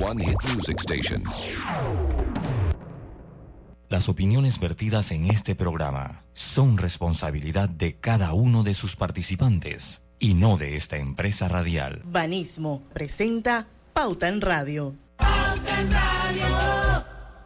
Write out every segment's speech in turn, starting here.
one hit music station. Las opiniones vertidas en este programa son responsabilidad de cada uno de sus participantes y no de esta empresa radial. Banismo presenta Pauta en Radio. Pauta en Radio.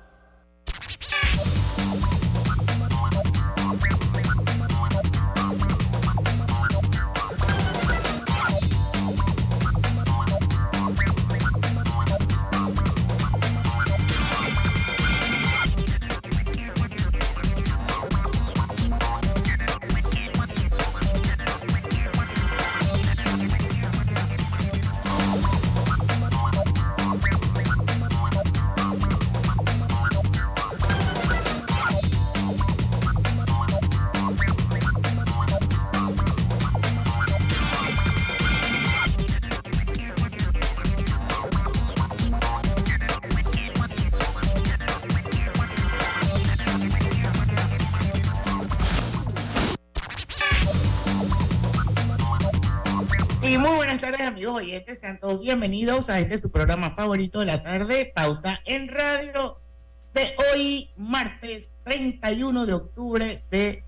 Oyentes, sean todos bienvenidos a este su programa favorito de la tarde, Pauta en Radio, de hoy, martes 31 de octubre de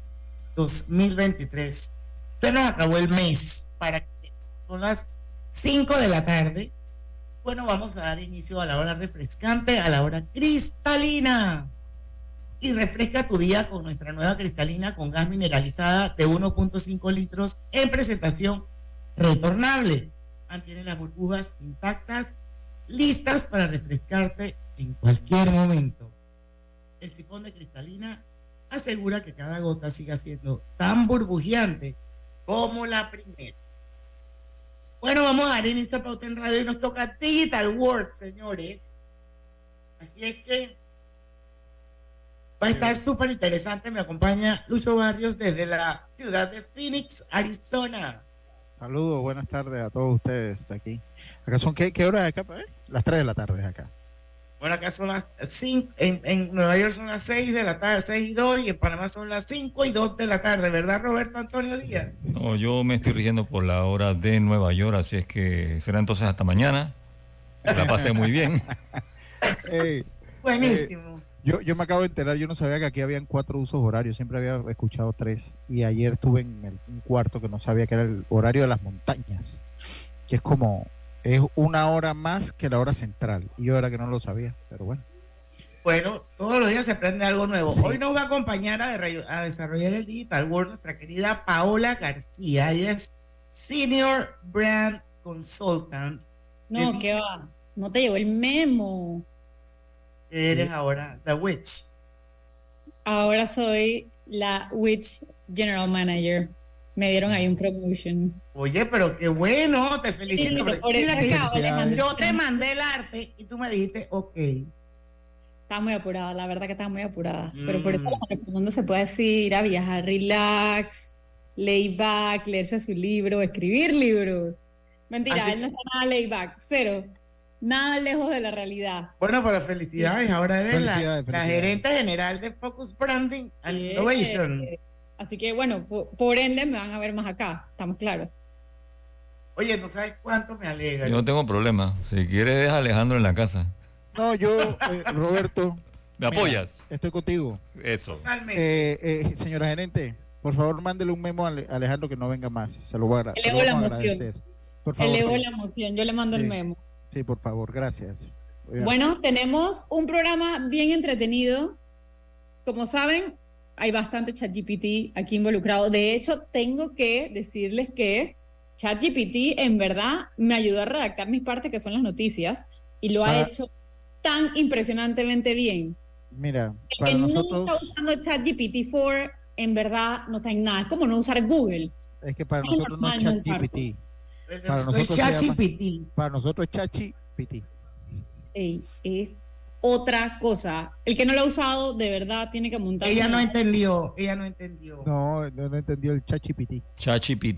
2023. Se nos acabó el mes, son las 5 de la tarde. Bueno, vamos a dar inicio a la hora refrescante, a la hora cristalina. Y refresca tu día con nuestra nueva cristalina con gas mineralizada de 1.5 litros en presentación retornable. Mantiene las burbujas intactas, listas para refrescarte en cualquier momento. El sifón de cristalina asegura que cada gota siga siendo tan burbujeante como la primera. Bueno, vamos a dar inicio a Pauta en Radio y nos toca Digital World, señores. Así es que va a estar súper interesante. Me acompaña Lucho Barrios desde la ciudad de Phoenix, Arizona. Saludos, buenas tardes a todos ustedes de aquí. Acá son, ¿qué hora es acá? Las 3 de la tarde acá. Bueno, acá son las 5, en Nueva York son las 6 de la tarde, 6 y 2, y en Panamá son las 5 y 2 de la tarde, ¿verdad, Roberto Antonio Díaz? No, yo me estoy rigiendo por la hora de Nueva York, así es que será entonces hasta mañana. La pasé muy bien. Hey, buenísimo. Yo me acabo de enterar, yo no sabía que aquí habían 4 usos horarios, siempre había escuchado 3, y ayer estuve en un cuarto que no sabía que era el horario de las montañas, que es una hora más que la hora central, y yo era que no lo sabía, pero bueno. Bueno, todos los días se aprende algo nuevo. Sí. Hoy nos va a acompañar a desarrollar el Digital World nuestra querida Paola García. Ella es Senior Brand Consultant. No, ¿qué va? No te llegó el memo. Eres ahora The Witch. Ahora soy la Witch General Manager. Me dieron ahí un promotion. Oye, pero qué bueno, te felicito. Sí, mira que yo te mandé el arte y tú me dijiste, ok. Estaba muy apurada, la verdad que estaba muy apurada. Pero por eso donde se puede decir a viajar, relax, lay back, leerse su libro, escribir libros. Mentira, él no está nada lay back, cero. Nada lejos de la realidad. Bueno, pero felicidades. Ahora eres la gerente general de Focus Branding and Innovation. Así que, bueno, por ende me van a ver más acá. Estamos claros. Oye, ¿no sabes cuánto me alegra? Yo no tengo problema. Si quieres, deja a Alejandro en la casa. No, yo, Roberto. ¿Me apoyas? Estoy contigo. Eso. Totalmente. Señora gerente, por favor, mándele un memo a Alejandro que no venga más. Se lo voy a Elevo la emoción. Por favor, Elevo la emoción. Yo le mando el memo. Sí, por favor, gracias. Oigan. Bueno, tenemos un programa bien entretenido. Como saben, hay bastante ChatGPT aquí involucrado. De hecho, tengo que decirles que ChatGPT en verdad me ayudó a redactar mis partes, que son las noticias, y lo ha hecho tan impresionantemente bien. Mira, el que nosotros no está usando ChatGPT 4, en verdad no está en nada. Es como no usar Google. Es que para nosotros no es ChatGPT. Para nosotros es ChatGPT. Es otra cosa. El que no lo ha usado, de verdad, tiene que montar. Ella no entendió. No entendió el ChatGPT. ChatGPT.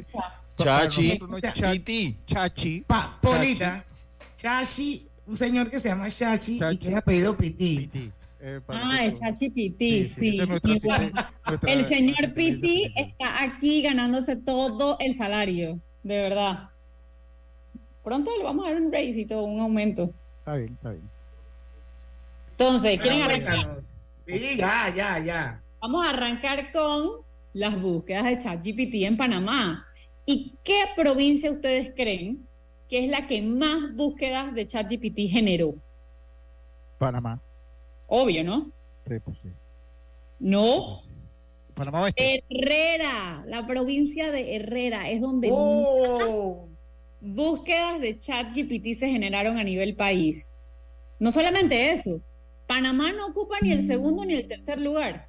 Chachi. Polita. Chachi, un señor que se llama Chachi y que ha pedido Piti. El ChatGPT, sí. El señor Piti está aquí ganándose todo el salario, de verdad. Pronto le vamos a dar un raise y todo, un aumento. Está bien, está bien. Entonces, ¿quieren Bueno, arrancar? cuéntanos. Sí, ya. Vamos a arrancar con las búsquedas de ChatGPT en Panamá. ¿Y qué provincia ustedes creen que es la que más búsquedas de ChatGPT generó? Panamá. Obvio, ¿no? Sí, pues sí. No. Panamá Oeste. Herrera, la provincia de Herrera es donde Oh, más búsquedas de ChatGPT se generaron a nivel país. No solamente eso, Panamá no ocupa ni el segundo ni el tercer lugar.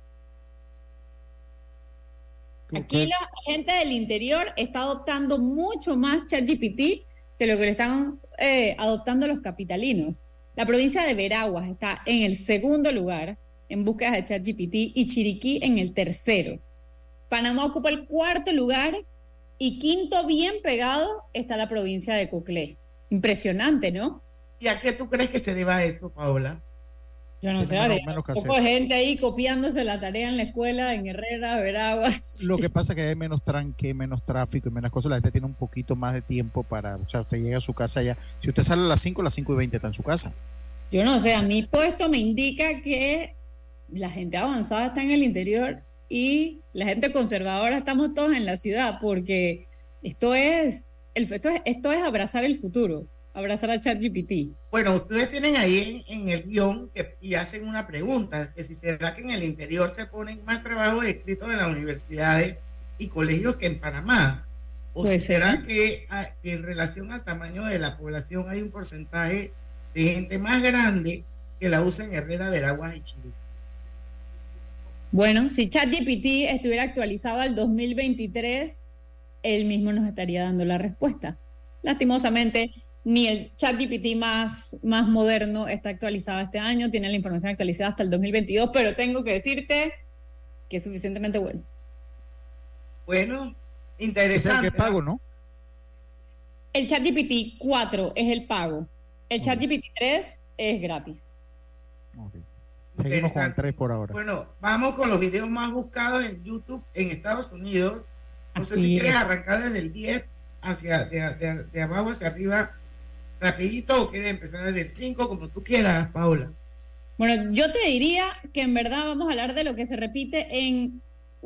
Aquí la gente del interior está adoptando mucho más ChatGPT que lo que le están adoptando los capitalinos. La provincia de Veraguas está en el segundo lugar en búsquedas de ChatGPT y Chiriquí en el tercero. Panamá ocupa el cuarto lugar y quinto, bien pegado, está la provincia de Coclé. Impresionante, ¿no? ¿y a qué tú crees que se deba eso, Paola? Yo no sé, Menos que un poco de gente ahí copiándose la tarea en la escuela, en Herrera, Veraguas. Lo que pasa es que hay menos tranque, menos tráfico y menos cosas. La gente tiene un poquito más de tiempo para, o sea, usted llega a su casa ya. Si usted sale a las 5:20 está en su casa. Yo no sé, a mí todo esto me indica que la gente avanzada está en el interior y la gente conservadora estamos todos en la ciudad, porque esto es abrazar el futuro, abrazar a ChatGPT. Bueno, ustedes tienen ahí en el guión y hacen una pregunta, que si será que en el interior se ponen más trabajos escritos en las universidades y colegios que en Panamá, o Puede si será ser. que en relación al tamaño de la población hay un porcentaje de gente más grande que la usa en Herrera, Veraguas y Chiriquí. Bueno, si ChatGPT estuviera actualizado al 2023, él mismo nos estaría dando la respuesta. Lastimosamente, ni el ChatGPT más moderno está actualizado este año, tiene la información actualizada hasta el 2022, pero tengo que decirte que es suficientemente bueno. Bueno, Es interesante. el que pago, ¿no? El ChatGPT 4 es el pago, el ChatGPT 3 es gratis. Okay. Seguimos con el 3 por ahora. Bueno, vamos con los videos más buscados en YouTube en Estados Unidos. No sé Así si es. quieres arrancar desde el 10 de abajo hacia arriba rapidito o quieres empezar desde el 5 como tú quieras, Paula. Bueno, yo te diría que en verdad vamos a hablar de lo que se repite en,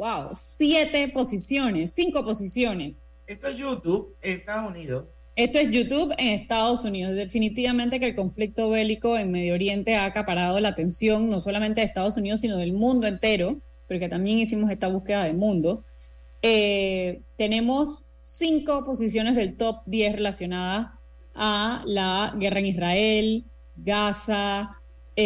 5 posiciones. Esto es YouTube en Estados Unidos. Esto es YouTube en Estados Unidos. Definitivamente que el conflicto bélico en Medio Oriente ha acaparado la atención no solamente de Estados Unidos, sino del mundo entero, porque también hicimos esta búsqueda del mundo. Tenemos 5 posiciones del top 10 relacionadas a la guerra en Israel, Gaza,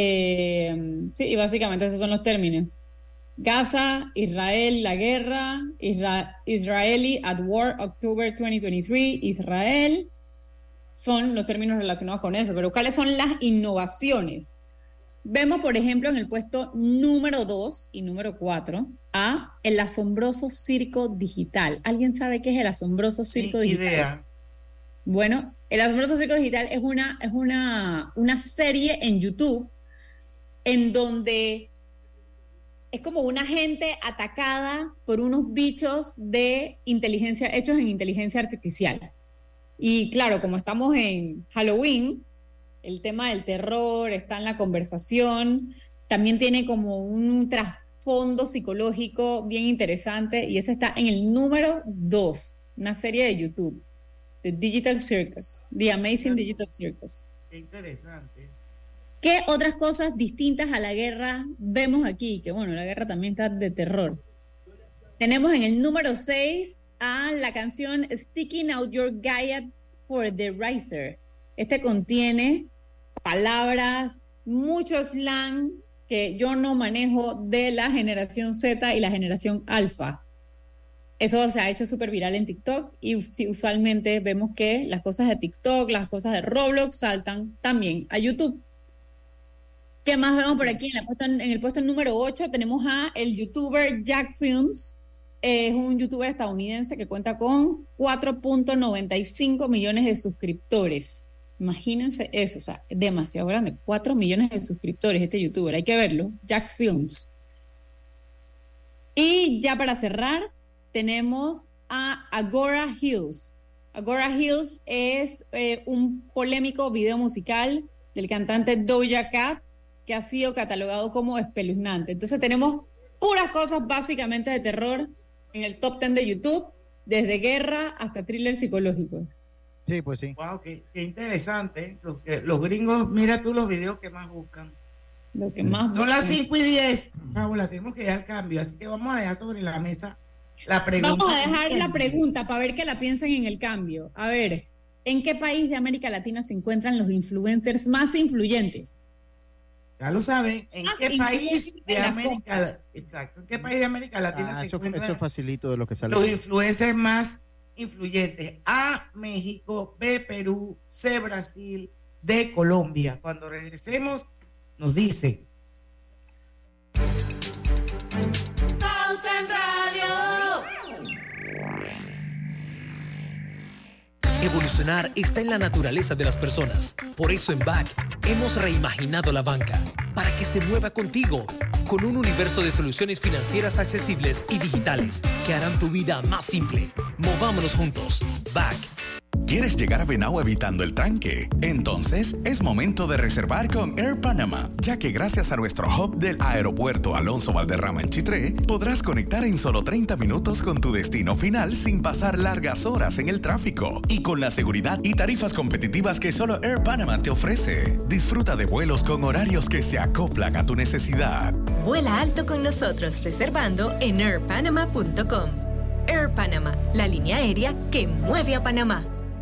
sí, y básicamente esos son los términos. Gaza, Israel, la guerra, Israeli at war, October 2023, Israel, son los términos relacionados con eso. Pero ¿cuáles son las innovaciones? Vemos, por ejemplo, en el puesto número 2 y número 4 a el asombroso circo digital. ¿Alguien sabe qué es el asombroso circo Sin digital? idea. Bueno, el asombroso circo digital es una serie en YouTube en donde es como una gente atacada por unos bichos de inteligencia, hechos en inteligencia artificial. Y claro, como estamos en Halloween, el tema del terror está en la conversación, también tiene como un trasfondo psicológico bien interesante, y ese está en el número 2, una serie de YouTube, The Digital Circus, The Amazing Digital Circus. Qué interesante. ¿Qué otras cosas distintas a la guerra vemos aquí? Que bueno, la guerra también está de terror. Tenemos en el número 6 a la canción Sticking Out Your Guide for the Riser. Este contiene palabras, mucho slang que yo no manejo de la generación Z y la generación alfa. Eso se ha hecho súper viral en TikTok y sí, usualmente vemos que las cosas de TikTok, las cosas de Roblox saltan también a YouTube. ¿Qué más vemos por aquí? En el puesto número 8 tenemos a el youtuber Jack Films. Es un youtuber estadounidense que cuenta con 4.95 millones de suscriptores. Imagínense eso, o sea, es demasiado grande. 4 millones de suscriptores este youtuber, hay que verlo. Jack Films. Y ya para cerrar, tenemos a Agora Hills. Agora Hills es un polémico video musical del cantante Doja Cat, que ha sido catalogado como espeluznante. Entonces tenemos puras cosas básicamente de terror en el top 10 de YouTube, desde guerra hasta thriller psicológico. Sí, pues sí. Wow, qué interesante. Los gringos, mira tú los videos que más buscan. Lo que más Son las 5:10. Paula, tenemos que ir al cambio, así que vamos a dejar sobre la mesa la pregunta. Vamos a dejar la pregunta para ver que la piensen en el cambio. A ver, ¿en qué país de América Latina se encuentran los influencers más influyentes? Ya lo saben, ¿en qué país de América? Exacto. ¿En qué país de América Latina se encuentran eso facilito de lo que sale. los influencers más influyentes? A, México; B, Perú; C, Brasil; D, Colombia. Cuando regresemos, nos dice. Pauta en Radio. Evolucionar está en la naturaleza de las personas. Por eso en BAC hemos reimaginado la banca para que se mueva contigo, con un universo de soluciones financieras accesibles y digitales que harán tu vida más simple. Movámonos juntos. BAC. ¿Quieres llegar a Venao evitando el tranque? Entonces es momento de reservar con Air Panama, ya que gracias a nuestro hub del aeropuerto Alonso Valderrama en Chitré, podrás conectar en solo 30 minutos con tu destino final sin pasar largas horas en el tráfico y con la seguridad y tarifas competitivas que solo Air Panama te ofrece. Disfruta de vuelos con horarios que se acoplan a tu necesidad. Vuela alto con nosotros reservando en airpanama.com. Air Panama, la línea aérea que mueve a Panamá.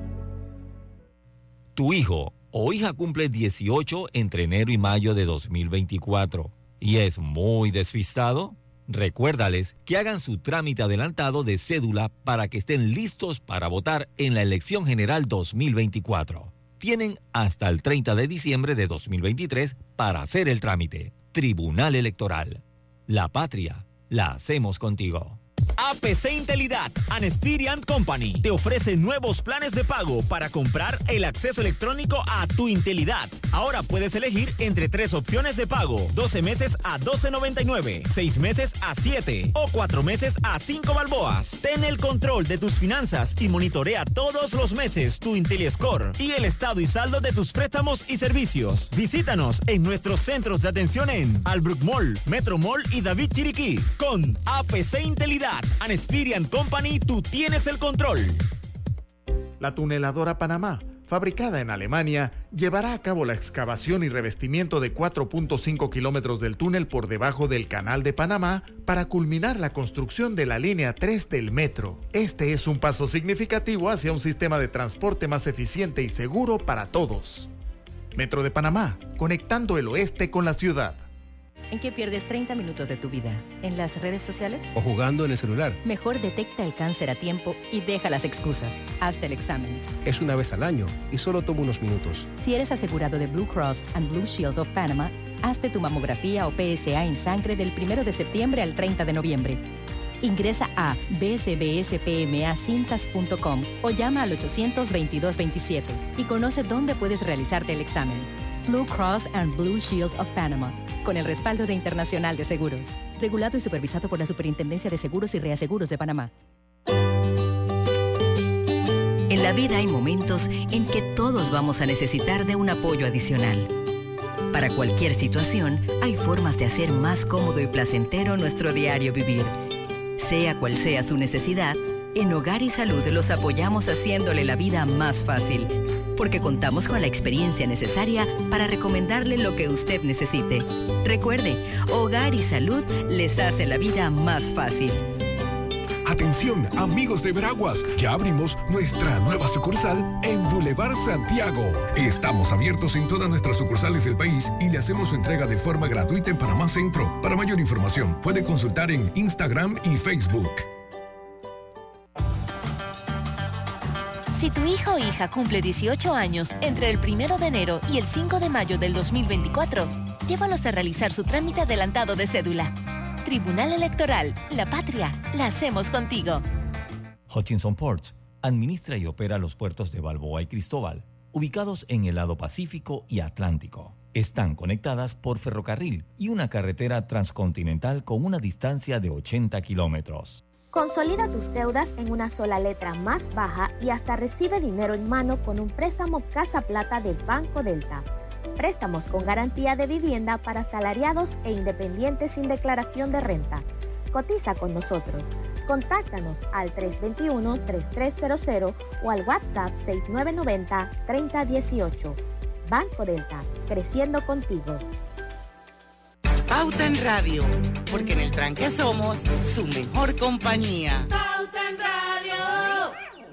Tu hijo o hija cumple 18 entre enero y mayo de 2024 y es muy despistado. Recuérdales que hagan su trámite adelantado de cédula para que estén listos para votar en la elección general 2024. Tienen hasta el 30 de diciembre de 2023 para hacer el trámite. Tribunal Electoral. La patria la hacemos contigo. APC Intelidad and Experian Company te ofrece nuevos planes de pago para comprar el acceso electrónico a tu Intelidad. Ahora puedes elegir entre 3 opciones de pago: 12 meses a $12.99, 6 meses a 7 o 4 meses a 5 balboas. Ten el control de tus finanzas y monitorea todos los meses tu IntelliScore y el estado y saldo de tus préstamos y servicios. Visítanos en nuestros centros de atención en Albrook Mall, Metro Mall y David Chiriquí. Con APC Intelidad and Experian Company, tú tienes el control. La tuneladora Panamá, fabricada en Alemania, llevará a cabo la excavación y revestimiento de 4.5 kilómetros del túnel por debajo del Canal de Panamá para culminar la construcción de la línea 3 del metro. Este es un paso significativo hacia un sistema de transporte más eficiente y seguro para todos. Metro de Panamá, conectando el oeste con la ciudad. ¿En qué pierdes 30 minutos de tu vida? ¿En las redes sociales? ¿O jugando en el celular? Mejor detecta el cáncer a tiempo y deja las excusas. Hazte el examen. Es una vez al año y solo toma unos minutos. Si eres asegurado de Blue Cross and Blue Shield of Panama, hazte tu mamografía o PSA en sangre del 1 de septiembre al 30 de noviembre. Ingresa a bsbspmacintas.com o llama al 800-2227 y conoce dónde puedes realizarte el examen. Blue Cross and Blue Shield of Panama, con el respaldo de Internacional de Seguros. Regulado y supervisado por la Superintendencia de Seguros y Reaseguros de Panamá. En la vida hay momentos en que todos vamos a necesitar de un apoyo adicional. Para cualquier situación, hay formas de hacer más cómodo y placentero nuestro diario vivir. Sea cual sea su necesidad, en Hogar y Salud los apoyamos haciéndole la vida más fácil, porque contamos con la experiencia necesaria para recomendarle lo que usted necesite. Recuerde, Hogar y Salud les hace la vida más fácil. Atención, amigos de Veraguas, ya abrimos nuestra nueva sucursal en Boulevard Santiago. Estamos abiertos en todas nuestras sucursales del país y le hacemos su entrega de forma gratuita en Panamá Centro. Para mayor información, puede consultar en Instagram y Facebook. Si tu hijo o hija cumple 18 años entre el 1 de enero y el 5 de mayo del 2024, llévalos a realizar su trámite adelantado de cédula. Tribunal Electoral, la patria, la hacemos contigo. Hutchinson Ports administra y opera los puertos de Balboa y Cristóbal, ubicados en el lado Pacífico y Atlántico. Están conectadas por ferrocarril y una carretera transcontinental con una distancia de 80 kilómetros. Consolida tus deudas en una sola letra más baja y hasta recibe dinero en mano con un préstamo Casa Plata de Banco Delta. Préstamos con garantía de vivienda para asalariados e independientes sin declaración de renta. Cotiza con nosotros. Contáctanos al 321-3300 o al WhatsApp 6990-3018. Banco Delta, creciendo contigo. Pauta en Radio, porque en el tranque somos su mejor compañía. Pauta en Radio.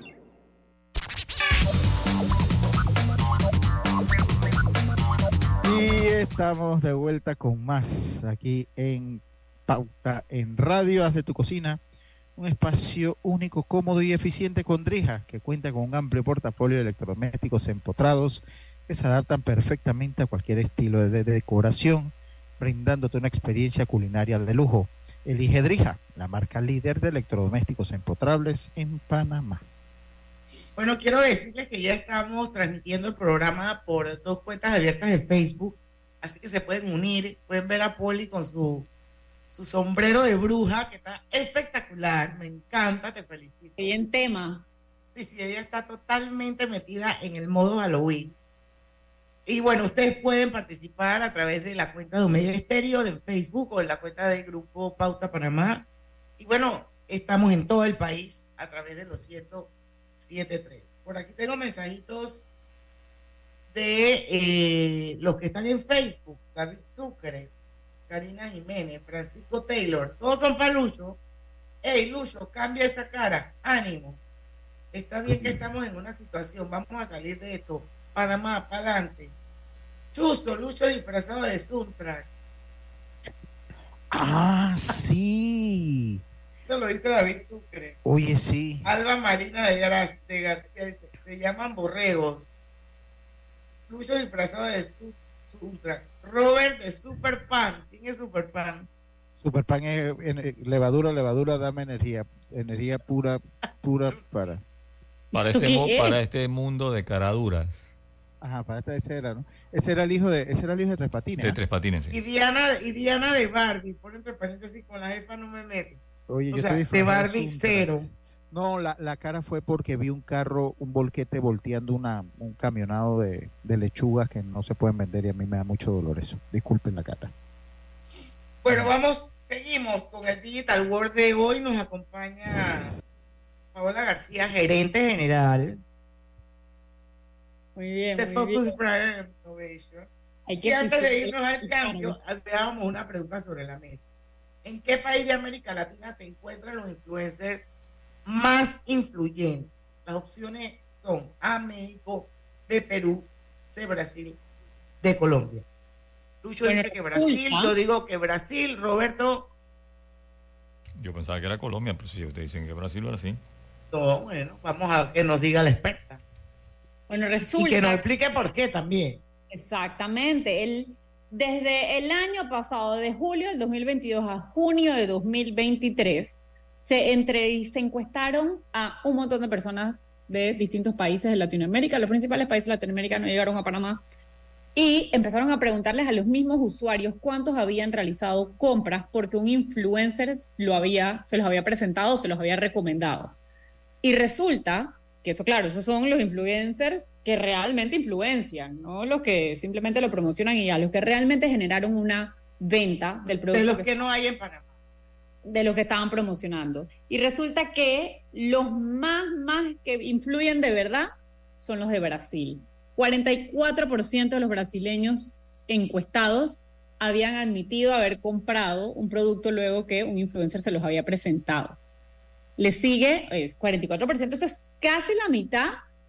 Y estamos de vuelta con más aquí en Pauta en Radio. Haz de tu cocina un espacio único, cómodo y eficiente con Drija, que cuenta con un amplio portafolio de electrodomésticos empotrados que se adaptan perfectamente a cualquier estilo de decoración, brindándote una experiencia culinaria de lujo. Elige Drija, la marca líder de electrodomésticos empotrables en Panamá. Bueno, quiero decirles que ya estamos transmitiendo el programa por 2 cuentas abiertas de Facebook, así que se pueden unir, pueden ver a Poli con su sombrero de bruja, que está espectacular, me encanta, te felicito. Y en tema. Sí, ella está totalmente metida en el modo Halloween. Y bueno, ustedes pueden participar a través de la cuenta de Omega Estéreo de Facebook o en la cuenta del Grupo Pauta Panamá. Y bueno, estamos en todo el país a través de los 107.3. Por aquí tengo mensajitos de los que están en Facebook. David Sucre, Karina Jiménez, Francisco Taylor, todos son para Lucho. Hey, Lucho, cambia esa cara, ánimo. Está bien que estamos en una situación, vamos a salir de esto. Panamá, para adelante. Chusto, Lucho disfrazado de Suntrax. Ah, sí. Eso lo dice David Sucre. Oye, sí. Alba Marina de García dice, se llaman borregos. Lucho disfrazado de Suntrax. Robert de Superpan. ¿Quién es Superpan? Superpan es levadura, dame energía pura para este mundo de caraduras. Ajá, ese era, ¿no? Ese era el hijo de Tres Patines. De Tres Patines, sí. Y Diana de Barbie, por entre paréntesis, con la jefa no me meto. Oye, o sea, de Barbie cero. No, la cara fue porque vi un volquete volteando un camionado de lechugas que no se pueden vender y a mí me da mucho dolor eso. Disculpen la cara. Bueno, seguimos con el Digital World de hoy. Nos acompaña Paola García, gerente general. Muy bien. De Focus Brand Innovation. Y antes de irnos al cambio, dejábamos una pregunta sobre la mesa. ¿En qué país de América Latina se encuentran los influencers más influyentes? Las opciones son A, México, B, Perú, C, Brasil, D, Colombia. Lucho dice que Brasil, yo digo que Brasil, Roberto. Yo pensaba que era Colombia, pero si ustedes dicen que Brasil, ahora sí. No, bueno, vamos a que nos diga la experta. Bueno, resulta. Y que nos explique por qué también. Exactamente. Desde el año pasado, de julio del 2022 a junio de 2023, se encuestaron a un montón de personas de distintos países de Latinoamérica. Los principales países latinoamericanos llegaron a Panamá y empezaron a preguntarles a los mismos usuarios cuántos habían realizado compras porque un influencer se los había presentado, se los había recomendado. Y resulta que eso, claro, esos son los influencers que realmente influencian, no los que simplemente lo promocionan y a los que realmente generaron una venta del producto. De los que no hay en Panamá. De los que estaban promocionando. Y resulta que los más que influyen de verdad son los de Brasil. 44% de los brasileños encuestados habían admitido haber comprado un producto luego que un influencer se los había presentado. Le sigue 44%, eso es casi la mitad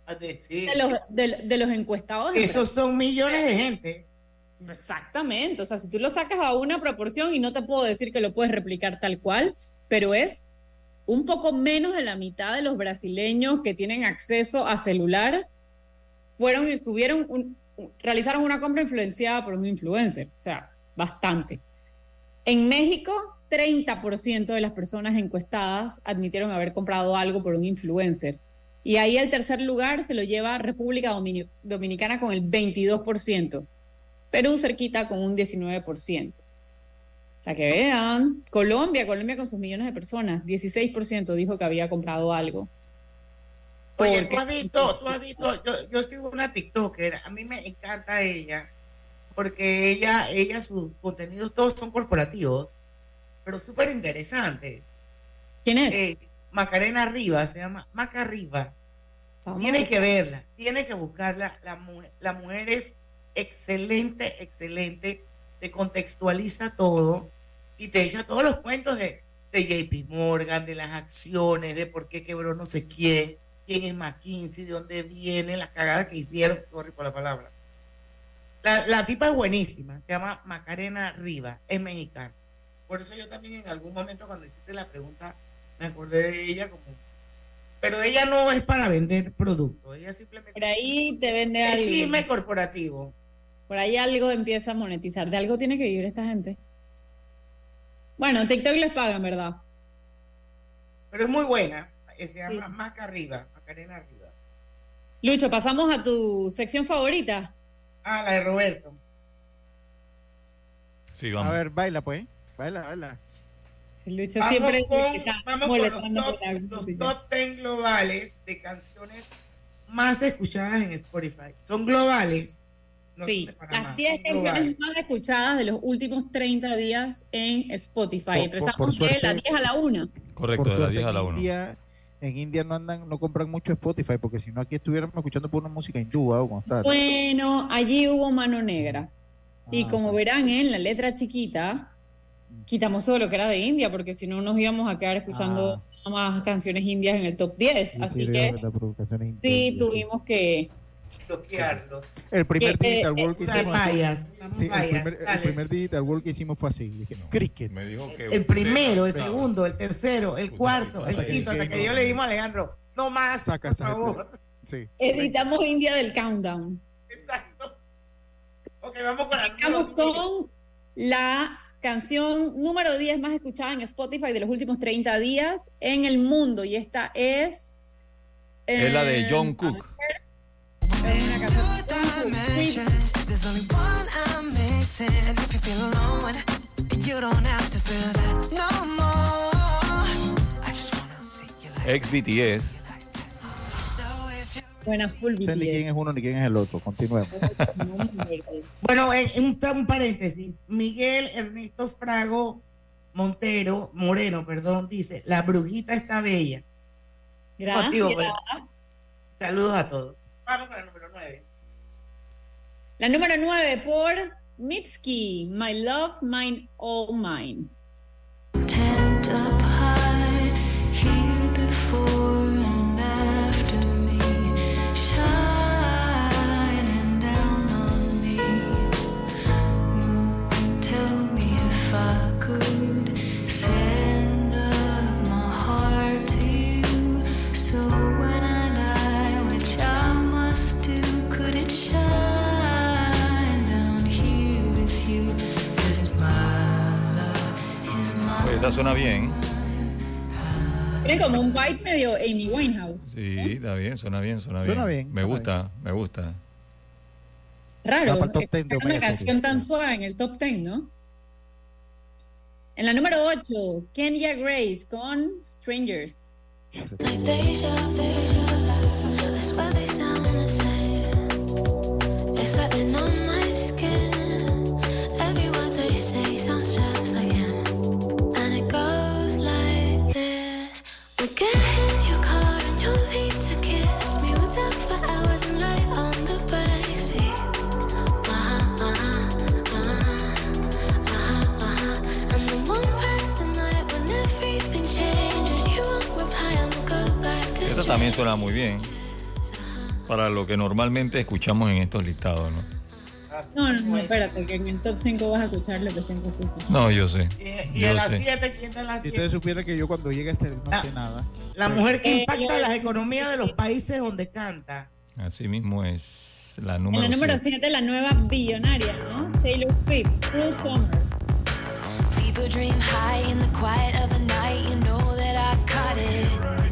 de los encuestados. Esos son millones de gente. Exactamente, o sea, si tú lo sacas a una proporción, y no te puedo decir que lo puedes replicar tal cual, pero es un poco menos de la mitad de los brasileños que tienen acceso a celular realizaron una compra influenciada por un influencer, o sea, bastante. En México, 30% de las personas encuestadas admitieron haber comprado algo por un influencer. Y ahí el tercer lugar se lo lleva República Dominicana con el 22%. Perú cerquita con un 19%. O sea que vean, Colombia con sus millones de personas, 16% dijo que había comprado algo. Oye, tú has visto, yo sigo una TikToker, a mí me encanta ella. porque ella, sus contenidos todos son corporativos, pero súper interesantes. ¿Quién es? Macarena Rivas, se llama Maca Rivas. Tienes que verla, tienes que buscarla. La mujer es excelente, excelente, te contextualiza todo y te echa todos los cuentos de JP Morgan, de las acciones, de por qué quebró no sé quién es McKinsey, de dónde viene, las cagadas que hicieron, sorry por la palabra. La tipa es buenísima, se llama Macarena Rivas, es mexicana. Por eso yo también en algún momento cuando hiciste la pregunta me acordé de ella como... Pero ella no es para vender productos, ella simplemente... Por ahí te vende algo. El chisme corporativo. Por ahí algo empieza a monetizar. De algo tiene que vivir esta gente. Bueno, TikTok les pagan, ¿verdad? Pero es muy buena. Se llama Maca Rivas, Macarena Rivas. Lucho, pasamos a tu sección favorita. Ah, la de Roberto. Sí, vamos. A ver, baila pues. Baila. Lucho siempre vamos con los top 10 globales de canciones más escuchadas en Spotify. Son globales. No sí, las 10 canciones más escuchadas de los últimos 30 días en Spotify. Empezamos de la 10 a la 1. Correcto, de la 10 a la 1. En India no compran mucho Spotify, porque si no aquí estuviéramos escuchando por una música hindú o tal. Bueno, allí hubo mano negra. Y como verán en la letra chiquita, quitamos todo lo que era de India, porque si no nos íbamos a quedar escuchando más canciones indias en el top 10. Sí, así que sí, tuvimos que bloquearlos. El primer Digital World que hicimos. El primer Digital World que hicimos fue así. Dije, no. Cricket. Me dijo que el primero, el segundo, el tercero, el cuarto, el quinto, hasta que yo le dimos a Alejandro, no más, por favor. Sí. Editamos India del countdown. Exacto. Ok, vamos con la canción número 10 más escuchada en Spotify de los últimos 30 días en el mundo. Y esta es... es la de John Cook. Es una canción. Ex-BTS. Buena full BTS. No sé ni quién es uno ni quién es el otro. Continuemos. Bueno, un paréntesis. Miguel Ernesto Frago Moreno, dice, la brujita está bella. Gracias. Contigo, pues. Saludos a todos. Vamos con la número 9. La número 9 por Mitski, My Love, Mine, All Mine. Tent up high, here before and after me, shining down on me. Moon, tell me if I could send up my heart to you, so when I die, which I must do, could it shine down here with you? 'Cause my love is my... Esta suena bien. Tiene como un vibe medio Amy Winehouse. Sí, está bien, suena bien. Suena bien. Me gusta. Raro, top 10 de una canción tan suave en el top 10, ¿no? En la número 8, Kenya Grace con Strangers. Like deja, I swear they sound the same. It's like they're on my skin. Every word they say sounds just like him. And it goes like this. We get in your car and you'll lead to kiss me. We'll talk for hours and lie on the backseat. And the one right the night when everything changes. You won't reply, I'ma go back to Esta también suena muy bien. Para lo que normalmente escuchamos en estos listados, ¿no? No, espérate, que en el top 5 vas a escuchar lo que siempre escuchas. No, yo sé. Y en la 7, ¿quién está en la 7? Si ustedes supieran que yo cuando llegue a este no sé nada. La mujer que impacta las economías de los países donde canta. Así mismo es la número 7. En la número 7, la nueva billonaria, ¿no? Taylor Swift, Cruel Summer. People dream high in the quiet of the night. You know that I caught it.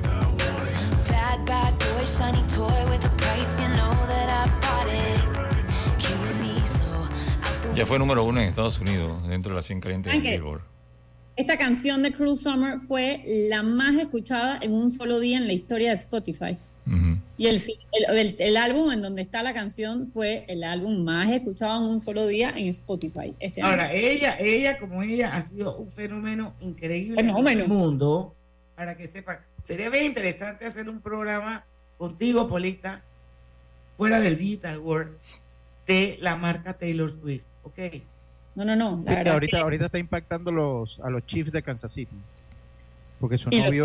Bad boy, shiny toy with a price. You know that I bought it. Killing me slow. Ya fue número 1 en Estados Unidos, dentro de las 100 calientes de Billboard. Esta canción de Cruel Summer fue la más escuchada en un solo día en la historia de Spotify. Uh-huh. Y el álbum en donde está la canción fue el álbum más escuchado en un solo día en Spotify. Ahora, ella como ella ha sido un fenómeno increíble en el mundo. Para que sepa, sería bien interesante hacer un programa contigo, Polita, fuera del Digital World, de la marca Taylor Swift, ¿ok? No. Sí, ahorita está impactando a los Chiefs de Kansas City, porque su novio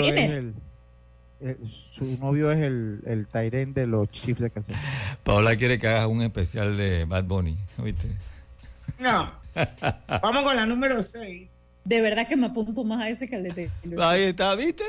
es el tight end de los Chiefs de Kansas City. Paola quiere que hagas un especial de Bad Bunny, ¿viste? No. Vamos con la número 6. De verdad que me apunto más a ese que al de Taylor. Ahí está, ¿viste?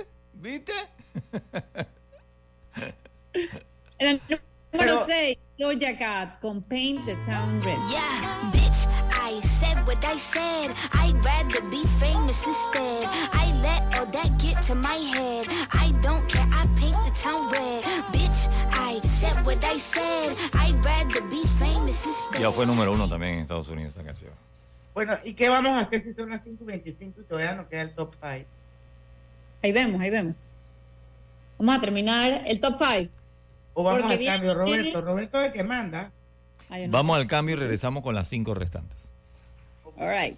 El número 6, Doja Cat con Paint the Town Red. Yeah, bitch, I said what I said. I'd rather be famous instead. I let all that get to my head. I don't care, I paint the town red. Bitch, I said what I said. I'd rather be famous instead. Ya fue número 1 también en Estados Unidos esa canción. Bueno, ¿y qué vamos a hacer si son las 5:25 y todavía nos queda el top 5? Ahí vemos. Vamos a terminar el top 5. O vamos al cambio, Roberto. Roberto es el que manda. Vamos al cambio y regresamos con las 5 restantes. All right.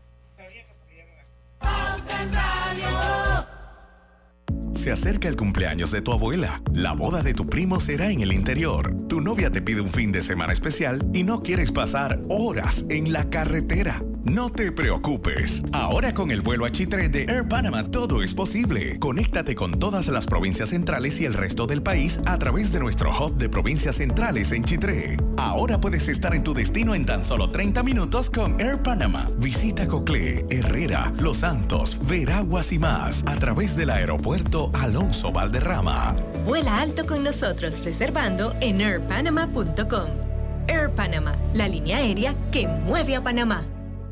Se acerca el cumpleaños de tu abuela. La boda de tu primo será en el interior. Tu novia te pide un fin de semana especial y no quieres pasar horas en la carretera. No te preocupes. Ahora con el vuelo a Chitré de Air Panama todo es posible. Conéctate con todas las provincias centrales y el resto del país a través de nuestro hub de provincias centrales en Chitré. Ahora puedes estar en tu destino en tan solo 30 minutos con Air Panama. Visita Coclé, Herrera, Los Santos, Veraguas y más a través del aeropuerto Alonso Valderrama. Vuela alto con nosotros reservando en airpanama.com. Air Panama, la línea aérea que mueve a Panamá.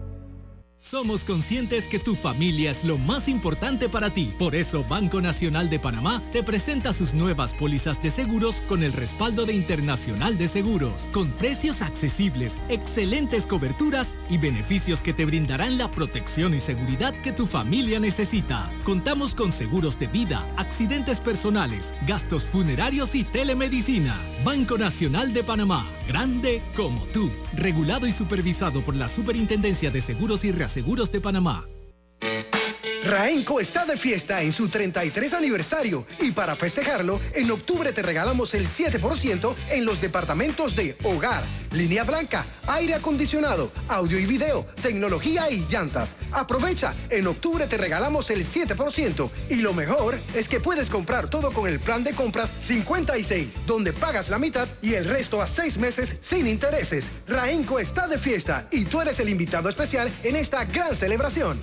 Somos conscientes que tu familia es lo más importante para ti. Por eso, Banco Nacional de Panamá te presenta sus nuevas pólizas de seguros con el respaldo de Internacional de Seguros, con precios accesibles, excelentes coberturas y beneficios que te brindarán la protección y seguridad que tu familia necesita. Contamos con seguros de vida, accidentes personales, gastos funerarios y telemedicina. Banco Nacional de Panamá, grande como tú. Regulado y supervisado por la Superintendencia de Seguros y Reaseguros de Panamá. Raenco está de fiesta en su 33 aniversario y para festejarlo, en octubre te regalamos el 7% en los departamentos de hogar, línea blanca, aire acondicionado, audio y video, tecnología y llantas. Aprovecha, en octubre te regalamos el 7% y lo mejor es que puedes comprar todo con el plan de compras 56, donde pagas la mitad y el resto a 6 meses sin intereses. Raenco está de fiesta y tú eres el invitado especial en esta gran celebración.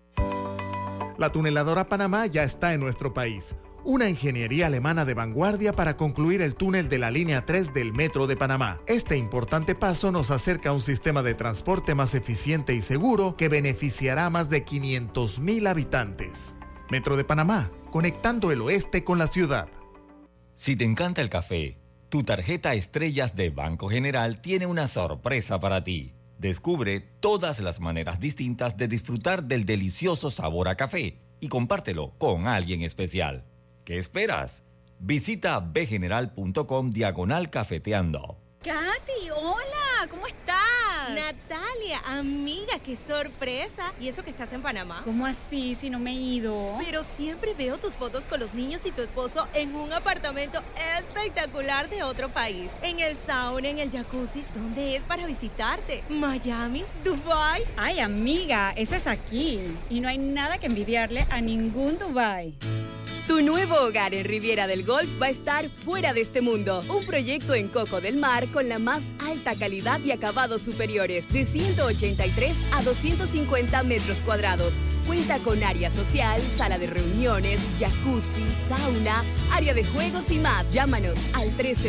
La tuneladora Panamá ya está en nuestro país. Una ingeniería alemana de vanguardia para concluir el túnel de la línea 3 del Metro de Panamá. Este importante paso nos acerca a un sistema de transporte más eficiente y seguro que beneficiará a más de 500,000 habitantes. Metro de Panamá, conectando el oeste con la ciudad. Si te encanta el café, tu tarjeta Estrellas de Banco General tiene una sorpresa para ti. Descubre todas las maneras distintas de disfrutar del delicioso sabor a café y compártelo con alguien especial. ¿Qué esperas? Visita bgeneral.com/cafeteando. Katy, hola, ¿cómo estás? Natalia, amiga, qué sorpresa. ¿Y eso que estás en Panamá? ¿Cómo así si no me he ido? Pero siempre veo tus fotos con los niños y tu esposo en un apartamento espectacular de otro país. En el sauna, en el jacuzzi. ¿Dónde es para visitarte? ¿Miami? ¿Dubai? Ay, amiga, eso es aquí. Y no hay nada que envidiarle a ningún Dubai. Tu nuevo hogar en Riviera del Golf va a estar fuera de este mundo. Un proyecto en Coco del Mar con la más alta calidad y acabados superiores, de 183 a 250 metros cuadrados. Cuenta con área social, sala de reuniones, jacuzzi, sauna, área de juegos y más. Llámanos al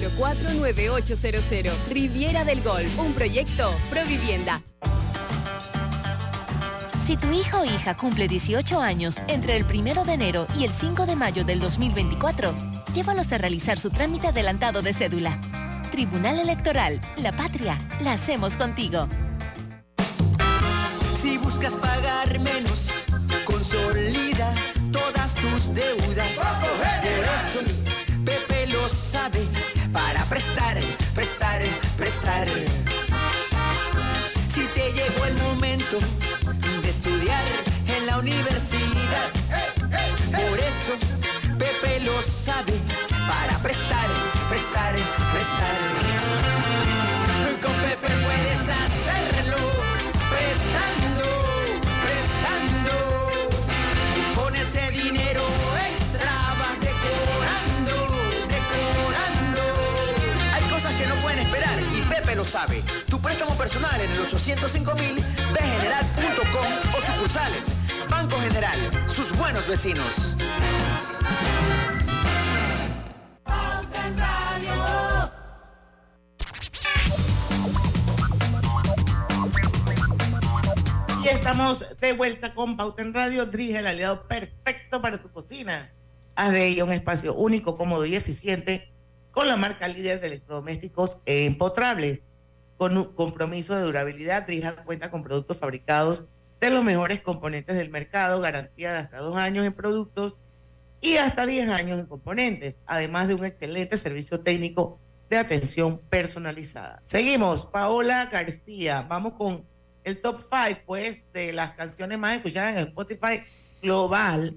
304-9800. Riviera del Golf, un proyecto Provivienda. Si tu hijo o hija cumple 18 años entre el 1 de enero y el 5 de mayo del 2024, llévalos a realizar su trámite adelantado de cédula. Tribunal Electoral, la patria, la hacemos contigo. Si buscas pagar menos, consolida todas tus deudas. Por eso, Pepe lo sabe, para prestar, prestar, prestar. Si te llegó el momento de estudiar en la universidad, por eso Pepe lo sabe, para prestar, prestar, prestar. Con Pepe puedes hacerlo, prestando, prestando. Y con ese dinero extra vas decorando, decorando. Hay cosas que no pueden esperar y Pepe lo sabe. Tu préstamo personal en el 805.000, bgeneral.com o sucursales. Banco General, sus buenos vecinos. Y estamos de vuelta con Pauta en Radio. Drija, el aliado perfecto para tu cocina. Haz de ella un espacio único, cómodo y eficiente con la marca líder de electrodomésticos empotrables. Con un compromiso de durabilidad, Drija cuenta con productos fabricados de los mejores componentes del mercado, garantía de hasta 2 años en productos y hasta 10 años en componentes, además de un excelente servicio técnico de atención personalizada. Seguimos, Paola García. Vamos con el top 5, pues, de las canciones más escuchadas en Spotify global.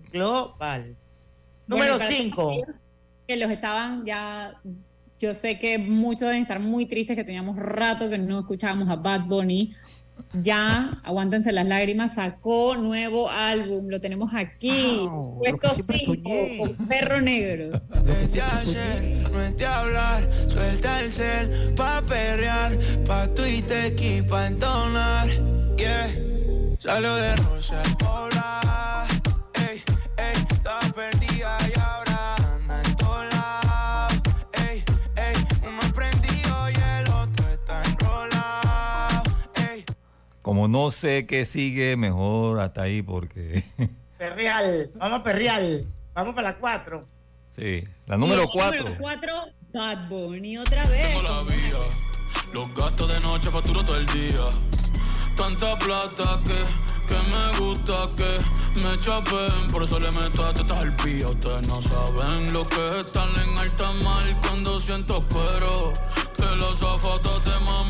Número 5. Que los estaban ya, yo sé que muchos deben estar muy tristes que teníamos rato que no escuchábamos a Bad Bunny. Ya, aguántense las lágrimas, sacó nuevo álbum, lo tenemos aquí, puesto 5, con Perro Negro. Desde ayer no es de hablar, suelta el cel pa' perrear, pa' Twitter y pa' entonar, yeah. Salió de Rosa Pola, ey, ey, estaba perdida y ahora anda en todos lados, ey, ey, uno prendido y el otro está enrolado, ey. Como no sé qué sigue, mejor hasta ahí porque... Perreal, vamos a perreal, vamos para la 4. Sí, la número 4. Número 4, Bad Bunny otra vez. Tengo la vida, los gastos de noche facturo todo el día. Tanta plata que me gusta que me chapen. Por eso le meto a tetas al pía. Ustedes no saben lo que es estar en alta mar cuando siento espero que los zapatos te mamen.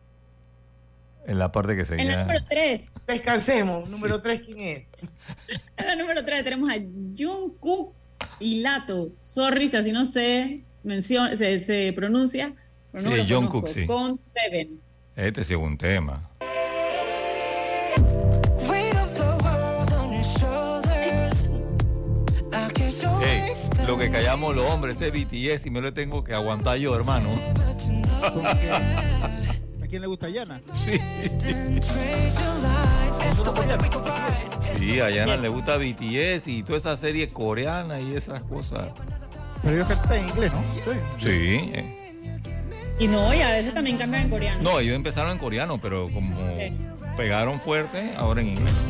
En la parte que seguía. En la número 3. Descansemos. Número 3, ¿quién es? En la número 3 tenemos a Jungkook y Lato. Sorry si así no se pronuncia. Pero no Sí, lo Jungkook, conozco, sí. con Seven. Este sí es un tema. Hey, lo que callamos los hombres es BTS y me lo tengo que aguantar yo, hermano. ¿A quién le gusta Yana? Sí. Sí, a Yana le gusta BTS y toda esa serie coreana y esas cosas. Pero ellos cantan en inglés, ¿no? Sí. Y no, y a veces también cambian en coreano. No, ellos empezaron en coreano, pero como pegaron fuerte, ahora en inglés.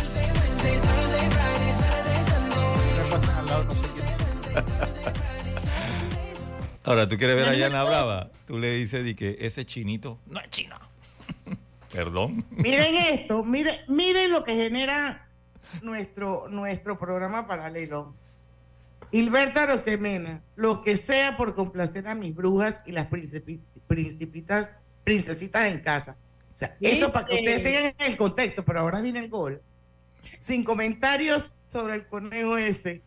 Ahora, ¿tú quieres ver a Yana Brava? Tú le dices de que ese chinito no es chino. Perdón. Miren esto, miren lo que genera nuestro programa paralelo. Hilberto Arosemena, lo que sea por complacer a mis brujas y las princesitas en casa. O sea, eso para que ustedes tengan el contexto, pero ahora viene el gol. Sin comentarios sobre el conejo ese.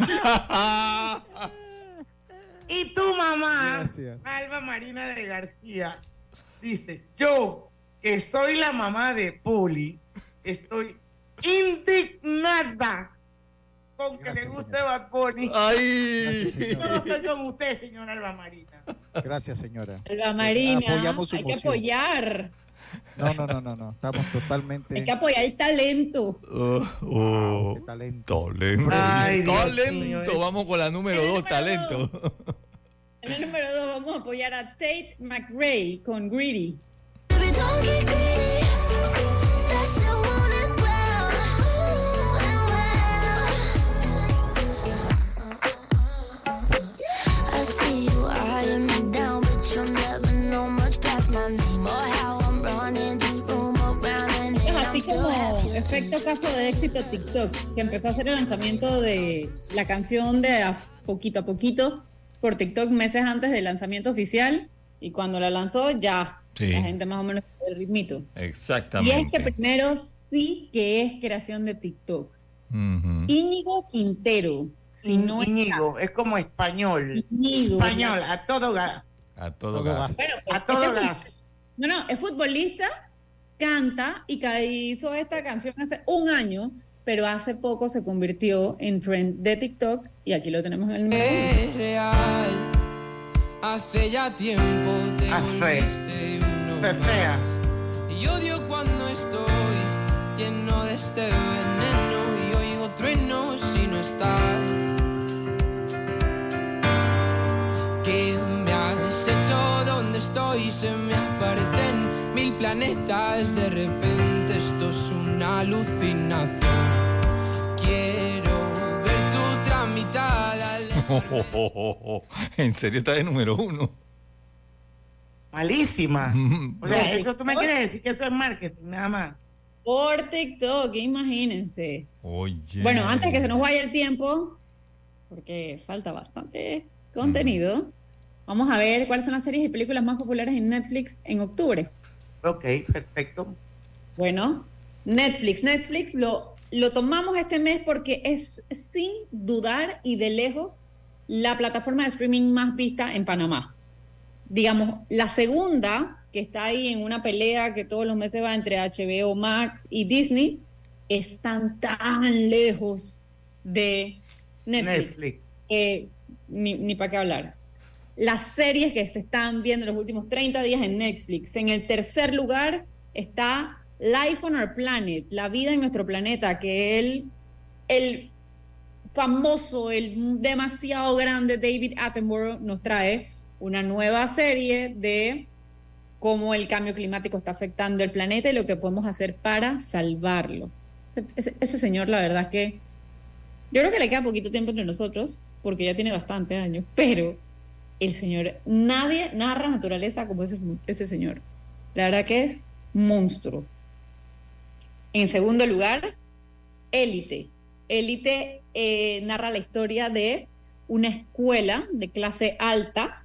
Y tu mamá, Gracias. Alba Marina de García, dice, yo, que soy la mamá de Poli, estoy indignada con que le guste Bad Bunny. ¡Ay! Yo no estoy con usted, señora Alba Marina. Gracias, señora. Alba Marina, Apoyamos su hay que moción. apoyar. No. Estamos totalmente. Hay que apoyar el talento. Qué talento. Talento. Ay, Dios Talento. mío. Vamos con la número 2, talento. En el número 2 vamos a apoyar a Tate McRae con Greedy. Es así como efecto caso de éxito TikTok, que empezó a hacer el lanzamiento de la canción de a poquito, por TikTok meses antes del lanzamiento oficial y cuando la lanzó ya la gente más o menos el ritmito. Exactamente. Y este primero sí que es creación de TikTok. Ujú. Íñigo Quintero. Si no Íñigo, es como español. Íñigo. Español, a todo gas. A todo gas. Bueno, pues, A todo este gas. No, es futbolista, canta y hizo esta canción hace un año, pero hace poco se convirtió en trend de TikTok y aquí lo tenemos en el número Es 1. real, hace ya tiempo te volviste uno más. Y odio cuando estoy lleno de este veneno y oigo truenos si no estás. ¿Qué me has hecho? ¿Dónde estoy? Se me aparecen 1000 planetas. De repente esto es una alucinación. Quiero ver tu tramitada. En serio está de número 1. Malísima. O sea, eso tú me quieres decir que eso es marketing, nada más. Por TikTok, imagínense. Oye. Bueno, antes que se nos vaya el tiempo, porque falta bastante contenido, vamos a ver cuáles son las series y películas más populares en Netflix en octubre. Ok, perfecto. Bueno, Netflix lo tomamos este mes porque es sin dudar y de lejos la plataforma de streaming más vista en Panamá. Digamos, la segunda, que está ahí en una pelea que todos los meses va entre HBO Max y Disney, están tan lejos de Netflix. Ni para qué hablar. Las series que se están viendo en los últimos 30 días en Netflix. En el tercer lugar está Life on Our Planet, La vida en nuestro planeta, que el famoso, el demasiado grande David Attenborough nos trae una nueva serie de cómo el cambio climático está afectando el planeta y lo que podemos hacer para salvarlo. Ese señor, la verdad es que yo creo que le queda poquito tiempo entre nosotros, porque ya tiene bastantes años, pero el señor, nadie narra naturaleza como ese señor. La verdad que es monstruo. En segundo lugar, Élite. Élite narra la historia de una escuela de clase alta,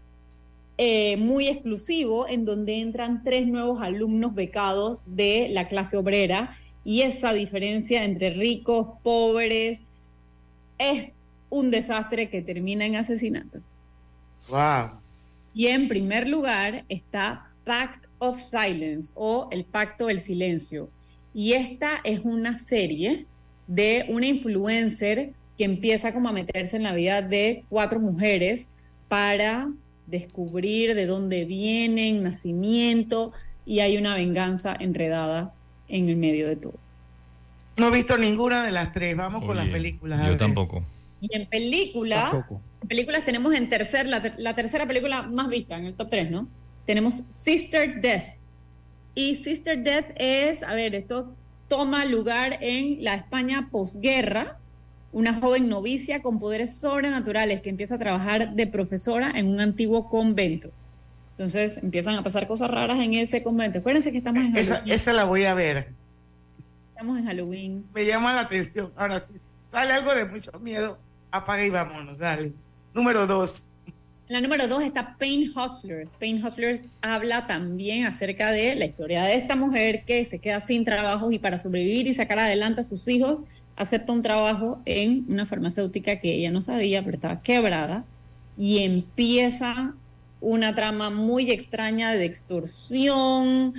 muy exclusivo, en donde entran 3 nuevos alumnos becados de la clase obrera, y esa diferencia entre ricos, pobres, es un desastre que termina en asesinato. Wow. Y en primer lugar está Pact of Silence, o El Pacto del Silencio. Y esta es una serie de una influencer que empieza como a meterse en la vida de 4 mujeres para descubrir de dónde vienen, nacimiento, y hay una venganza enredada en el medio de todo. No he visto ninguna de las 3. Vamos con las películas. Yo tampoco. Y en películas tenemos en la tercera película más vista en el top 3, ¿no? Tenemos Sister Death. Y Sister Death esto toma lugar en la España posguerra, una joven novicia con poderes sobrenaturales que empieza a trabajar de profesora en un antiguo convento. Entonces empiezan a pasar cosas raras en ese convento. Acuérdense que estamos en Halloween. Esa la voy a ver. Estamos en Halloween. Me llama la atención. Ahora sí, sale algo de mucho miedo, apaga y vámonos, dale. Número 2. En la número 2 está Pain Hustlers. Pain Hustlers habla también acerca de la historia de esta mujer que se queda sin trabajo y para sobrevivir y sacar adelante a sus hijos acepta un trabajo en una farmacéutica que ella no sabía, pero estaba quebrada, y empieza una trama muy extraña de extorsión.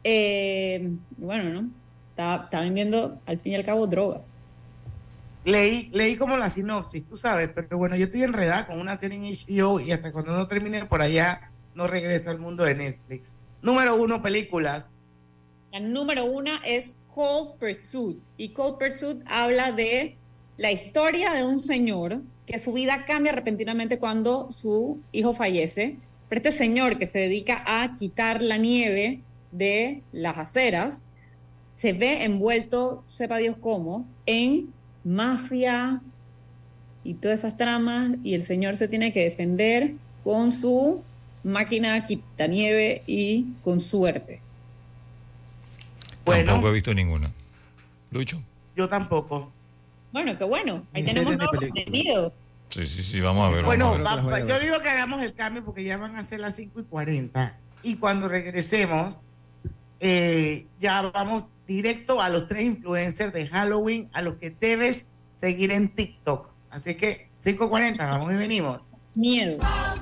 ¿No? Está vendiendo al fin y al cabo drogas. Leí como la sinopsis, tú sabes, pero bueno, yo estoy enredada con una serie en HBO y hasta cuando no termine por allá no regreso al mundo de Netflix. Número 1, películas. La número 1 es Cold Pursuit, y Cold Pursuit habla de la historia de un señor que su vida cambia repentinamente cuando su hijo fallece, pero este señor que se dedica a quitar la nieve de las aceras se ve envuelto, sepa Dios cómo, en mafia y todas esas tramas, y el señor se tiene que defender con su máquina quitanieve y con suerte. Bueno, tampoco he visto ninguna. Lucho. Yo tampoco. Bueno, qué bueno. Ahí tenemos nuevo contenido. Sí, vamos a ver. Bueno, vamos a ver. yo digo que hagamos el cambio porque ya van a ser las 5:40 y cuando regresemos ya vamos directo a los 3 influencers de Halloween a los que debes seguir en TikTok. Así que 5:40, vamos y venimos. Miedo.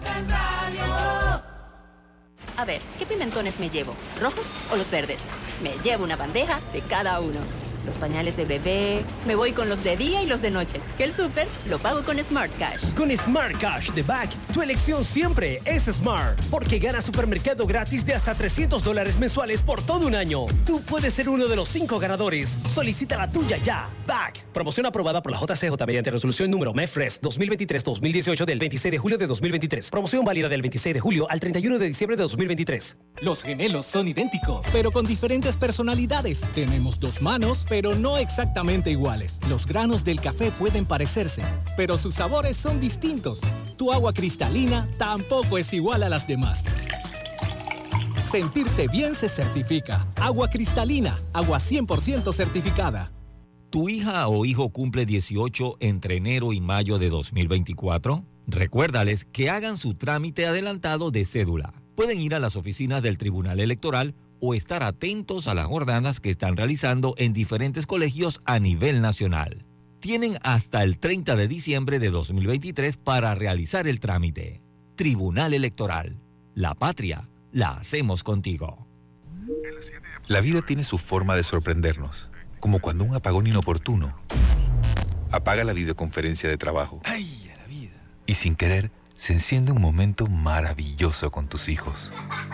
A ver, ¿qué pimentones me llevo? ¿Rojos o los verdes? Me llevo una bandeja de cada uno. Los pañales de bebé, me voy con los de día y los de noche. Que el súper lo pago con Smart Cash. Con Smart Cash de Back, tu elección siempre es Smart. Porque ganas supermercado gratis de hasta $300 mensuales por todo un año. Tú puedes ser uno de los 5 ganadores. Solicita la tuya ya. Back. Promoción aprobada por la JCJ mediante resolución número MEFRES 2023-2018 del 26 de julio de 2023. Promoción válida del 26 de julio al 31 de diciembre de 2023. Los gemelos son idénticos, pero con diferentes personalidades. Tenemos 2 manos, pero no exactamente iguales. Los granos del café pueden parecerse, pero sus sabores son distintos. Tu agua cristalina tampoco es igual a las demás. Sentirse bien se certifica. Agua cristalina, agua 100% certificada. ¿Tu hija o hijo cumple 18 entre enero y mayo de 2024? Recuérdales que hagan su trámite adelantado de cédula. Pueden ir a las oficinas del Tribunal Electoral o estar atentos a las jornadas que están realizando en diferentes colegios a nivel nacional. Tienen hasta el 30 de diciembre de 2023 para realizar el trámite. Tribunal Electoral. La patria la hacemos contigo. La vida tiene su forma de sorprendernos, como cuando un apagón inoportuno apaga la videoconferencia de trabajo. ¡Ay, a la vida! Y sin querer, se enciende un momento maravilloso con tus hijos.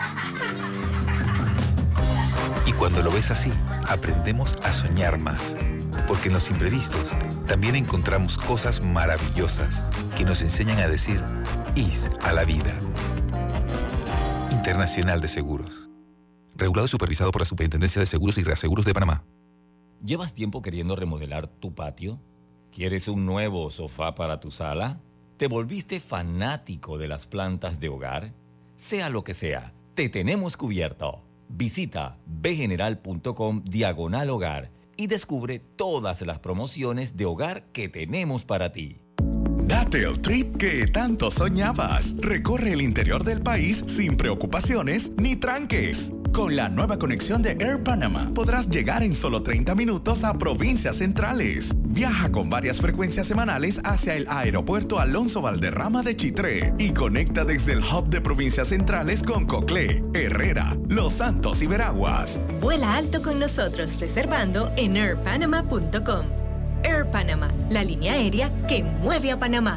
Y cuando lo ves así, aprendemos a soñar más. Porque en los imprevistos también encontramos cosas maravillosas que nos enseñan a decir IS a la vida. Internacional de Seguros. Regulado y supervisado por la Superintendencia de Seguros y Reaseguros de Panamá. ¿Llevas tiempo queriendo remodelar tu patio? ¿Quieres un nuevo sofá para tu sala? ¿Te volviste fanático de las plantas de hogar? Sea lo que sea, te tenemos cubierto. Visita bgeneral.com/hogar y descubre todas las promociones de hogar que tenemos para ti. Date el trip que tanto soñabas. Recorre el interior del país sin preocupaciones ni tranques. Con la nueva conexión de Air Panama podrás llegar en solo 30 minutos a provincias centrales. Viaja con varias frecuencias semanales hacia el aeropuerto Alonso Valderrama de Chitré y conecta desde el hub de provincias centrales con Coclé, Herrera, Los Santos y Veraguas. Vuela alto con nosotros reservando en airpanama.com. Air Panama, la línea aérea que mueve a Panamá.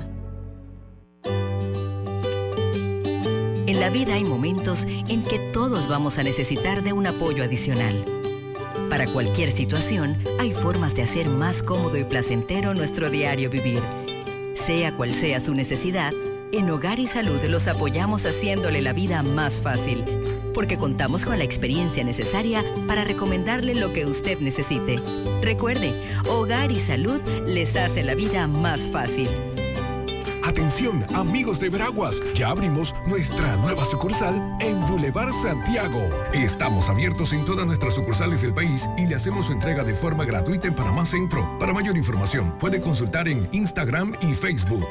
En la vida hay momentos en que todos vamos a necesitar de un apoyo adicional. Para cualquier situación, hay formas de hacer más cómodo y placentero nuestro diario vivir. Sea cual sea su necesidad, en Hogar y Salud los apoyamos haciéndole la vida más fácil, porque contamos con la experiencia necesaria para recomendarle lo que usted necesite. Recuerde, Hogar y Salud les hace la vida más fácil. Atención, amigos de Veraguas, ya abrimos nuestra nueva sucursal en Boulevard Santiago. Estamos abiertos en todas nuestras sucursales del país y le hacemos su entrega de forma gratuita en Panamá Centro. Para mayor información, puede consultar en Instagram y Facebook.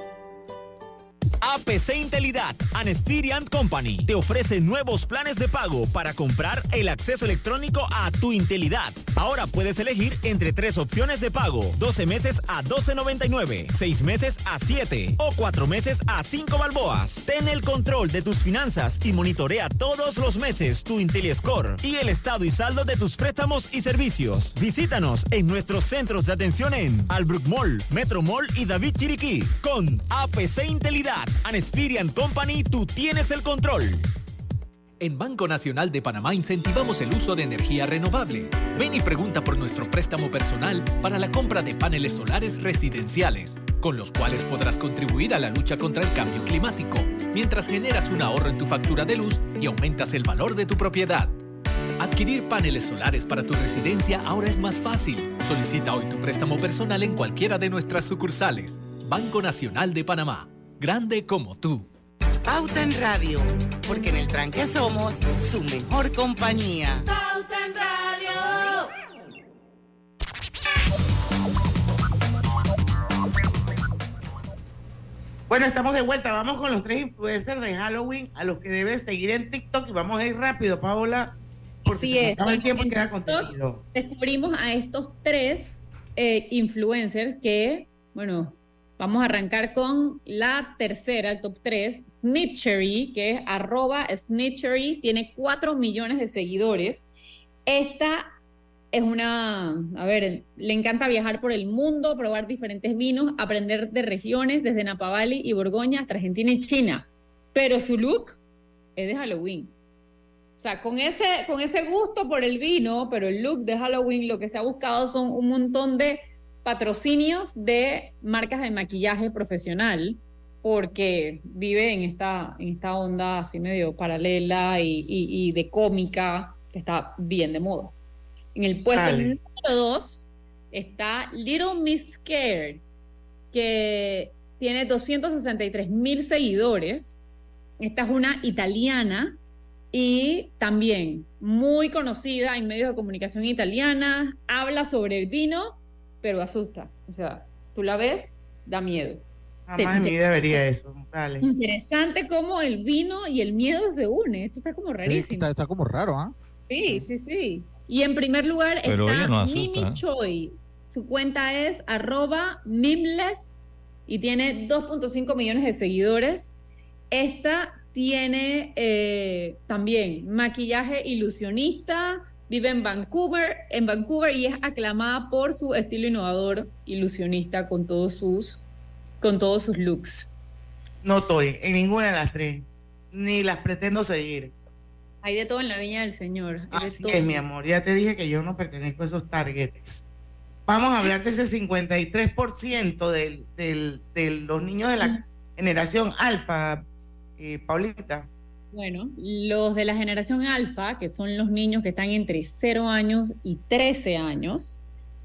APC Intelidad and Experian Company te ofrece nuevos planes de pago para comprar el acceso electrónico a tu Intelidad. Ahora puedes elegir entre 3 opciones de pago: 12 meses a $12.99, 6 meses a 7 o 4 meses a 5 balboas. Ten el control de tus finanzas y monitorea todos los meses tu IntelliScore y el estado y saldo de tus préstamos y servicios. Visítanos en nuestros centros de atención en Albrook Mall, Metro Mall y David Chiriquí. Con APC Intelidad and Experian Company, tú tienes el control. En Banco Nacional de Panamá incentivamos el uso de energía renovable. Ven y pregunta por nuestro préstamo personal para la compra de paneles solares residenciales, con los cuales podrás contribuir a la lucha contra el cambio climático, mientras generas un ahorro en tu factura de luz y aumentas el valor de tu propiedad. Adquirir paneles solares para tu residencia ahora es más fácil. Solicita hoy tu préstamo personal en cualquiera de nuestras sucursales. Banco Nacional de Panamá. Grande como tú. Pauta en Radio, porque en el tranque somos su mejor compañía. Pauta en Radio. Bueno, estamos de vuelta. Vamos con los 3 influencers de Halloween a los que debes seguir en TikTok y vamos a ir rápido, Paola, porque se acaba el tiempo y queda contenido. Descubrimos a estos 3 influencers que, bueno, vamos a arrancar con la tercera, el top 3, Snitchery, que es @Snitchery, tiene 4 millones de seguidores. Esta es le encanta viajar por el mundo, probar diferentes vinos, aprender de regiones, desde Napa Valley y Borgoña hasta Argentina y China. Pero su look es de Halloween. O sea, con ese gusto por el vino, pero el look de Halloween, lo que se ha buscado son un montón de patrocinios de marcas de maquillaje profesional, porque vive en esta onda así medio paralela y de cómica, que está bien de moda. En el puesto número 2 está Little Miss Scared, que tiene 263,000 seguidores. Esta es una italiana y también muy conocida en medios de comunicación italiana. Habla sobre el vino, pero asusta. O sea, tú la ves, da miedo. Jamás en mi vida vería eso. Dale. Interesante cómo el vino y el miedo se unen. Esto está como rarísimo. Está como raro, ¿ah? Sí. Y en primer lugar pero está no asusta, Mimi Choi. Su cuenta es @Mimless y tiene 2.5 millones de seguidores. Esta tiene también maquillaje ilusionista, vive en Vancouver y es aclamada por su estilo innovador ilusionista con todos sus looks. No estoy en ninguna de las 3, ni las pretendo seguir. Hay de todo en la viña del Señor. Así es, mi amor. Ya te dije que yo no pertenezco a esos targets. Vamos a hablar de ese 53% de los niños de la generación alfa, Paulita. Bueno, los de la generación alfa, que son los niños que están entre 0 años y 13 años,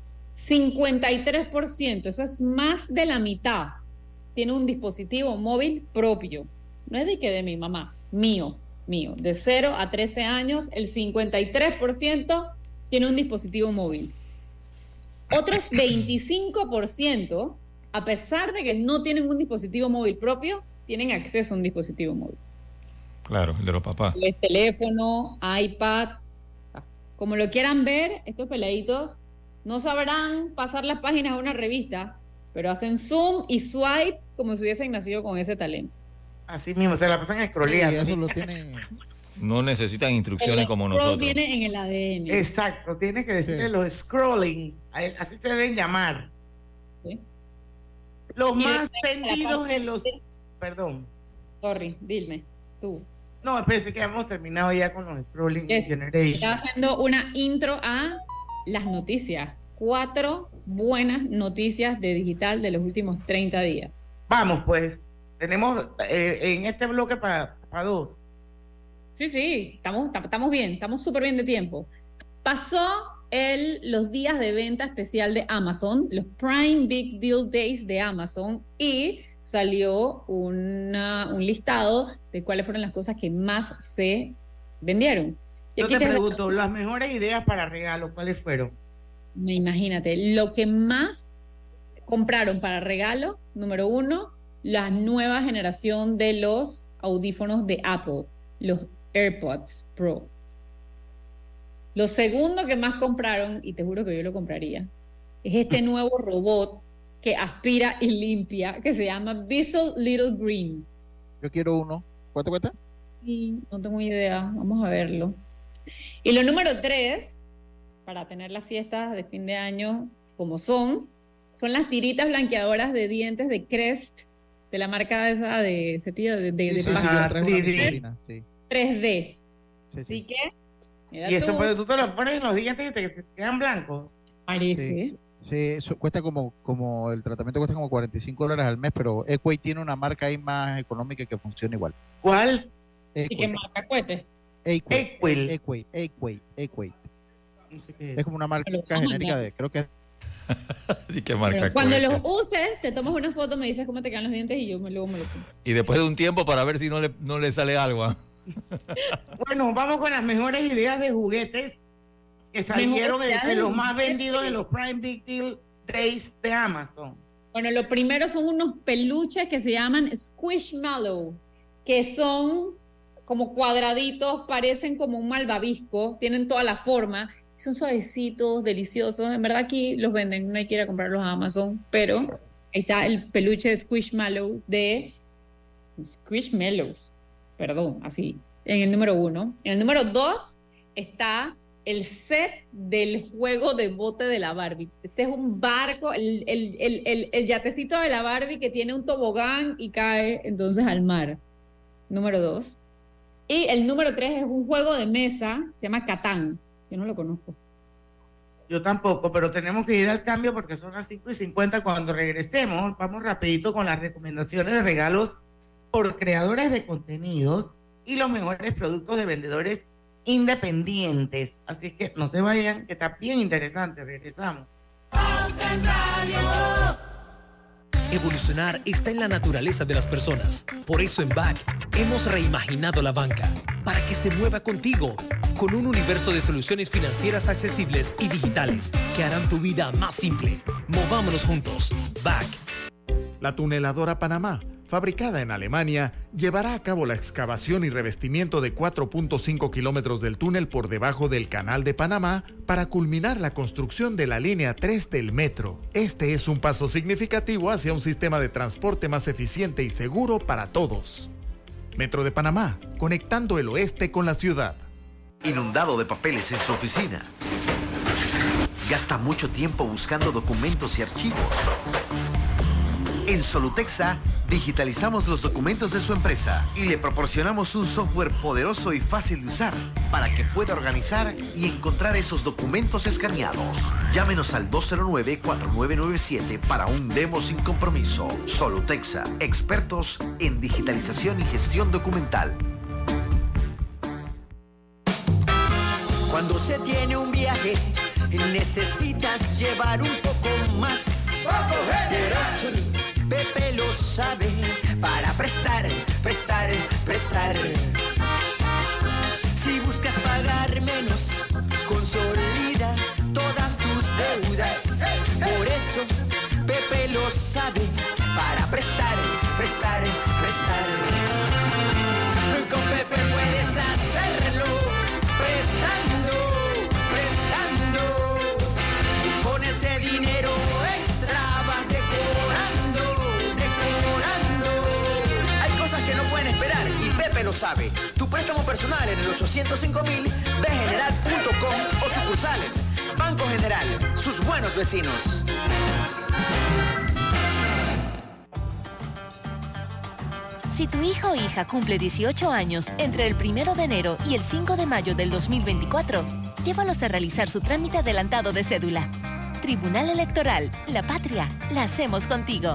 53%, eso es más de la mitad, tiene un dispositivo móvil propio. No es de que de mi mamá, mío. De 0 a 13 años, el 53% tiene un dispositivo móvil. Otros 25%, a pesar de que no tienen un dispositivo móvil propio, tienen acceso a un dispositivo móvil. Claro, el de los papás. El teléfono, iPad, como lo quieran ver, estos peladitos no sabrán pasar las páginas de una revista, pero hacen zoom y swipe como si hubiesen nacido con ese talento. Así mismo, se la pasan scrolleando. Sí, eso lo tiene. No necesitan instrucciones como nosotros. Viene en el ADN. Exacto, tienes que decirle los scrollings, así se deben llamar. ¿Sí? Los más vendidos en los... Perdón. Sorry, dime, tú. No, pensé que habíamos terminado ya con los scrolling generation. Estaba haciendo una intro a las noticias. 4 buenas noticias de digital de los últimos 30 días. Vamos, pues. Tenemos en este bloque para 2. Sí, estamos bien, estamos súper bien de tiempo. Pasó los días de venta especial de Amazon, los Prime Big Deal Days de Amazon, y salió un listado de cuáles fueron las cosas que más se vendieron. Yo te pregunto, las mejores ideas para regalos, ¿cuáles fueron? Imagínate, lo que más compraron para regalo, número 1, la nueva generación de los audífonos de Apple, los AirPods Pro. Lo segundo que más compraron, y te juro que yo lo compraría, es este nuevo robot que aspira y limpia, que se llama Bissell Little Green. Yo quiero uno. ¿Cuánto cuesta? Sí, no tengo idea, vamos a verlo. Y lo número 3, para tener las fiestas de fin de año como son las tiritas blanqueadoras de dientes de Crest, de la marca esa de cepillo de 3D. 3D. Sí. Así que... Y eso, pues tú te lo pones en los dientes y te quedan blancos. Parece. Sí, eso cuesta como el tratamiento cuesta como $45 al mes, pero Equate tiene una marca ahí más económica que funciona igual. ¿Cuál? ¿Y qué marca cueste? Equate. No sé qué es. Es como una marca genérica de, creo que ¿Y qué marca? Cuando los uses, te tomas una foto, me dices cómo te quedan los dientes y yo luego me lo pongo. Y después de un tiempo para ver si no le sale algo. ¿Eh? Bueno, vamos con las mejores ideas de juguetes que salieron entre los más vendidos de los Prime Big Deal Days de Amazon. Bueno, lo primero son unos peluches que se llaman Squishmallow, que son como cuadraditos, parecen como un malvavisco, tienen toda la forma, son suavecitos, deliciosos. En verdad aquí los venden, no hay que ir a comprarlos a Amazon, pero ahí está el peluche Squishmallow de Squishmallows, perdón, así, en el número 1. En el número 2 está el set del juego de bote de la Barbie. Este es un barco, el yatecito de la Barbie que tiene un tobogán y cae entonces al mar. Número 2. Y el número 3 es un juego de mesa, se llama Catán. Yo no lo conozco. Yo tampoco, pero tenemos que ir al cambio porque son las 5:50. Cuando regresemos, vamos rapidito con las recomendaciones de regalos por creadores de contenidos y los mejores productos de vendedores independientes. Así es que no se vayan, que está bien interesante. Regresamos. Evolucionar está en la naturaleza de las personas. Por eso en BAC hemos reimaginado la banca para que se mueva contigo, con un universo de soluciones financieras accesibles y digitales que harán tu vida más simple. Movámonos juntos. BAC. La tuneladora Panamá, fabricada en Alemania, llevará a cabo la excavación y revestimiento de 4.5 kilómetros del túnel por debajo del Canal de Panamá para culminar la construcción de la línea 3 del metro. Este es un paso significativo hacia un sistema de transporte más eficiente y seguro para todos. Metro de Panamá, conectando el oeste con la ciudad. Inundado de papeles en su oficina. Gasta mucho tiempo buscando documentos y archivos. En Solutexa, digitalizamos los documentos de su empresa y le proporcionamos un software poderoso y fácil de usar para que pueda organizar y encontrar esos documentos escaneados. Llámenos al 209-4997 para un demo sin compromiso. Solutexa, expertos en digitalización y gestión documental. Cuando se tiene un viaje, necesitas llevar un poco más. Pero eso Pepe lo sabe, para prestar. Si buscas pagar menos, consolida todas tus deudas. Por eso Pepe lo sabe, para prestar. Con Pepe puedes hacerlo, prestando. Y con ese dinero extra vas decorando. Hay cosas que no pueden esperar y Pepe lo sabe. Tu préstamo personal en el 805.000, bgeneral.com o sucursales. Banco General, sus buenos vecinos. Si tu hijo o hija cumple 18 años entre el 1 de enero y el 5 de mayo del 2024, llévalos a realizar su trámite adelantado de cédula. Tribunal Electoral, la patria, la hacemos contigo.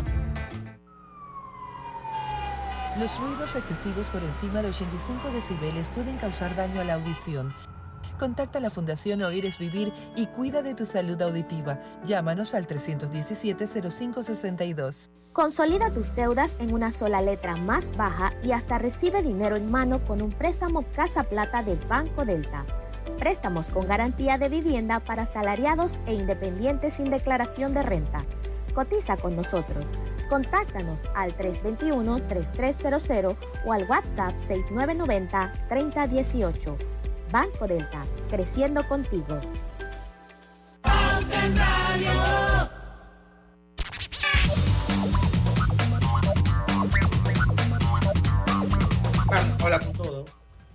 Los ruidos excesivos por encima de 85 decibeles pueden causar daño a la audición. Contacta a la Fundación Oír es Vivir y cuida de tu salud auditiva. Llámanos al 317-0562. Consolida tus deudas en una sola letra más baja y hasta recibe dinero en mano con un préstamo Casa Plata de Banco Delta. Préstamos con garantía de vivienda para asalariados e independientes sin declaración de renta. Cotiza con nosotros. Contáctanos al 321-3300 o al WhatsApp 6990-3018. Banco Delta, creciendo contigo. Hola con todo.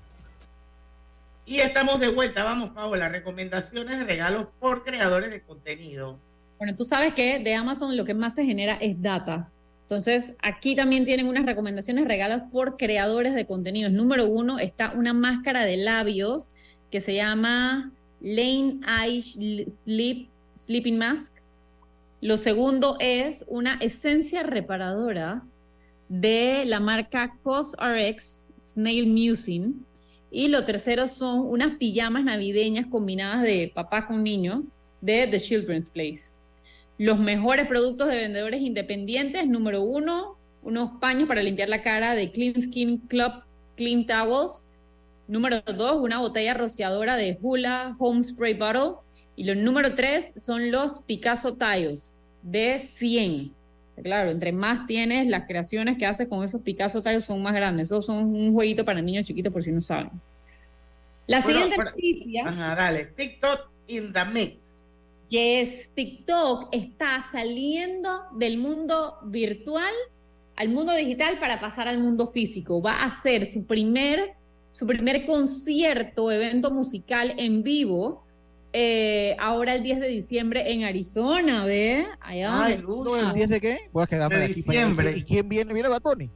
Y estamos de vuelta. Vamos, Paola, recomendaciones de regalos por creadores de contenido. Bueno, tú sabes que de Amazon lo que más se genera es data. Entonces, aquí también tienen unas recomendaciones regalos por creadores de contenidos. Número 1 está una máscara de labios que se llama Lane Eye Sleeping Mask. Lo segundo es una esencia reparadora de la marca CosRx Snail Mucin. Y lo tercero son unas pijamas navideñas combinadas de papá con niño de The Children's Place. Los mejores productos de vendedores independientes. Número 1, unos paños para limpiar la cara de Clean Skin Club Clean Towels. Número 2, una botella rociadora de Hula Home Spray Bottle. Y lo número 3 son los Picasso Tiles de 100. Claro, entre más tienes, las creaciones que haces con esos Picasso tal son más grandes. Esos son un jueguito para niños chiquitos, por si no saben. La siguiente noticia. Ajá, dale. TikTok in the mix. Yes, TikTok está saliendo del mundo virtual al mundo digital para pasar al mundo físico. Va a hacer su primer concierto, evento musical en vivo, ahora el 10 de diciembre en Arizona, ¿ve? Allá. Ay, ¿el 10 de qué? Voy a quedarme de aquí. Diciembre. ¿Y quién viene? ¿Viene Bad Bunny?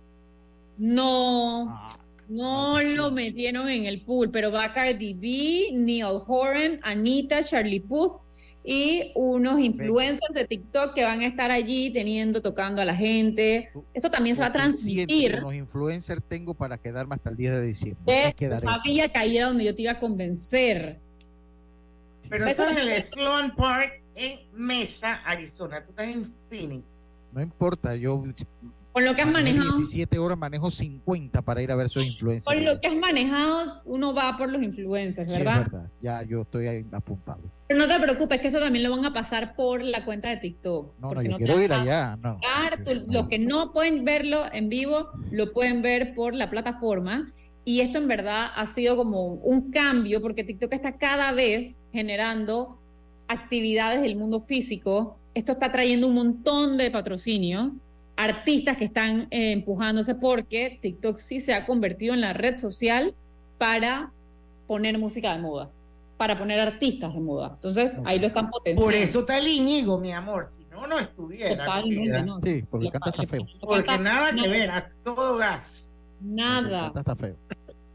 No lo metieron en el pool, pero va Cardi B, Neil Horan, Anita, Charlie Puth y unos influencers de TikTok que van a estar allí tocando a la gente. Esto también se va a transmitir. Los influencers tengo para quedarme hasta el 10 de diciembre. Sabía que ahí era donde yo te iba a convencer. Pero eso es en el Sloan Park en Mesa, Arizona. Tú estás en Phoenix. No importa, yo... Con lo que has manejado. 17 horas manejo 50 para ir a ver esos influencers. Con lo que has manejado, uno va por los influencers, ¿verdad? Sí, es verdad. Ya yo estoy ahí apuntado. Pero no te preocupes, que eso también lo van a pasar por la cuenta de TikTok. Yo quiero ir allá. Los que no pueden verlo en vivo, lo pueden ver por la plataforma. Y esto en verdad ha sido como un cambio, porque TikTok está cada vez generando actividades del mundo físico. Esto está trayendo un montón de patrocinio. Artistas que están empujándose, porque TikTok sí se ha convertido en la red social para poner música de moda, para poner artistas de moda. Entonces, ahí lo están potenciando. Por eso está el Íñigo, mi amor. Si no estuviera. Totalmente, no. Sí, porque canta está feo. Porque nada que ver, a todo gas. Nada. Canta está feo.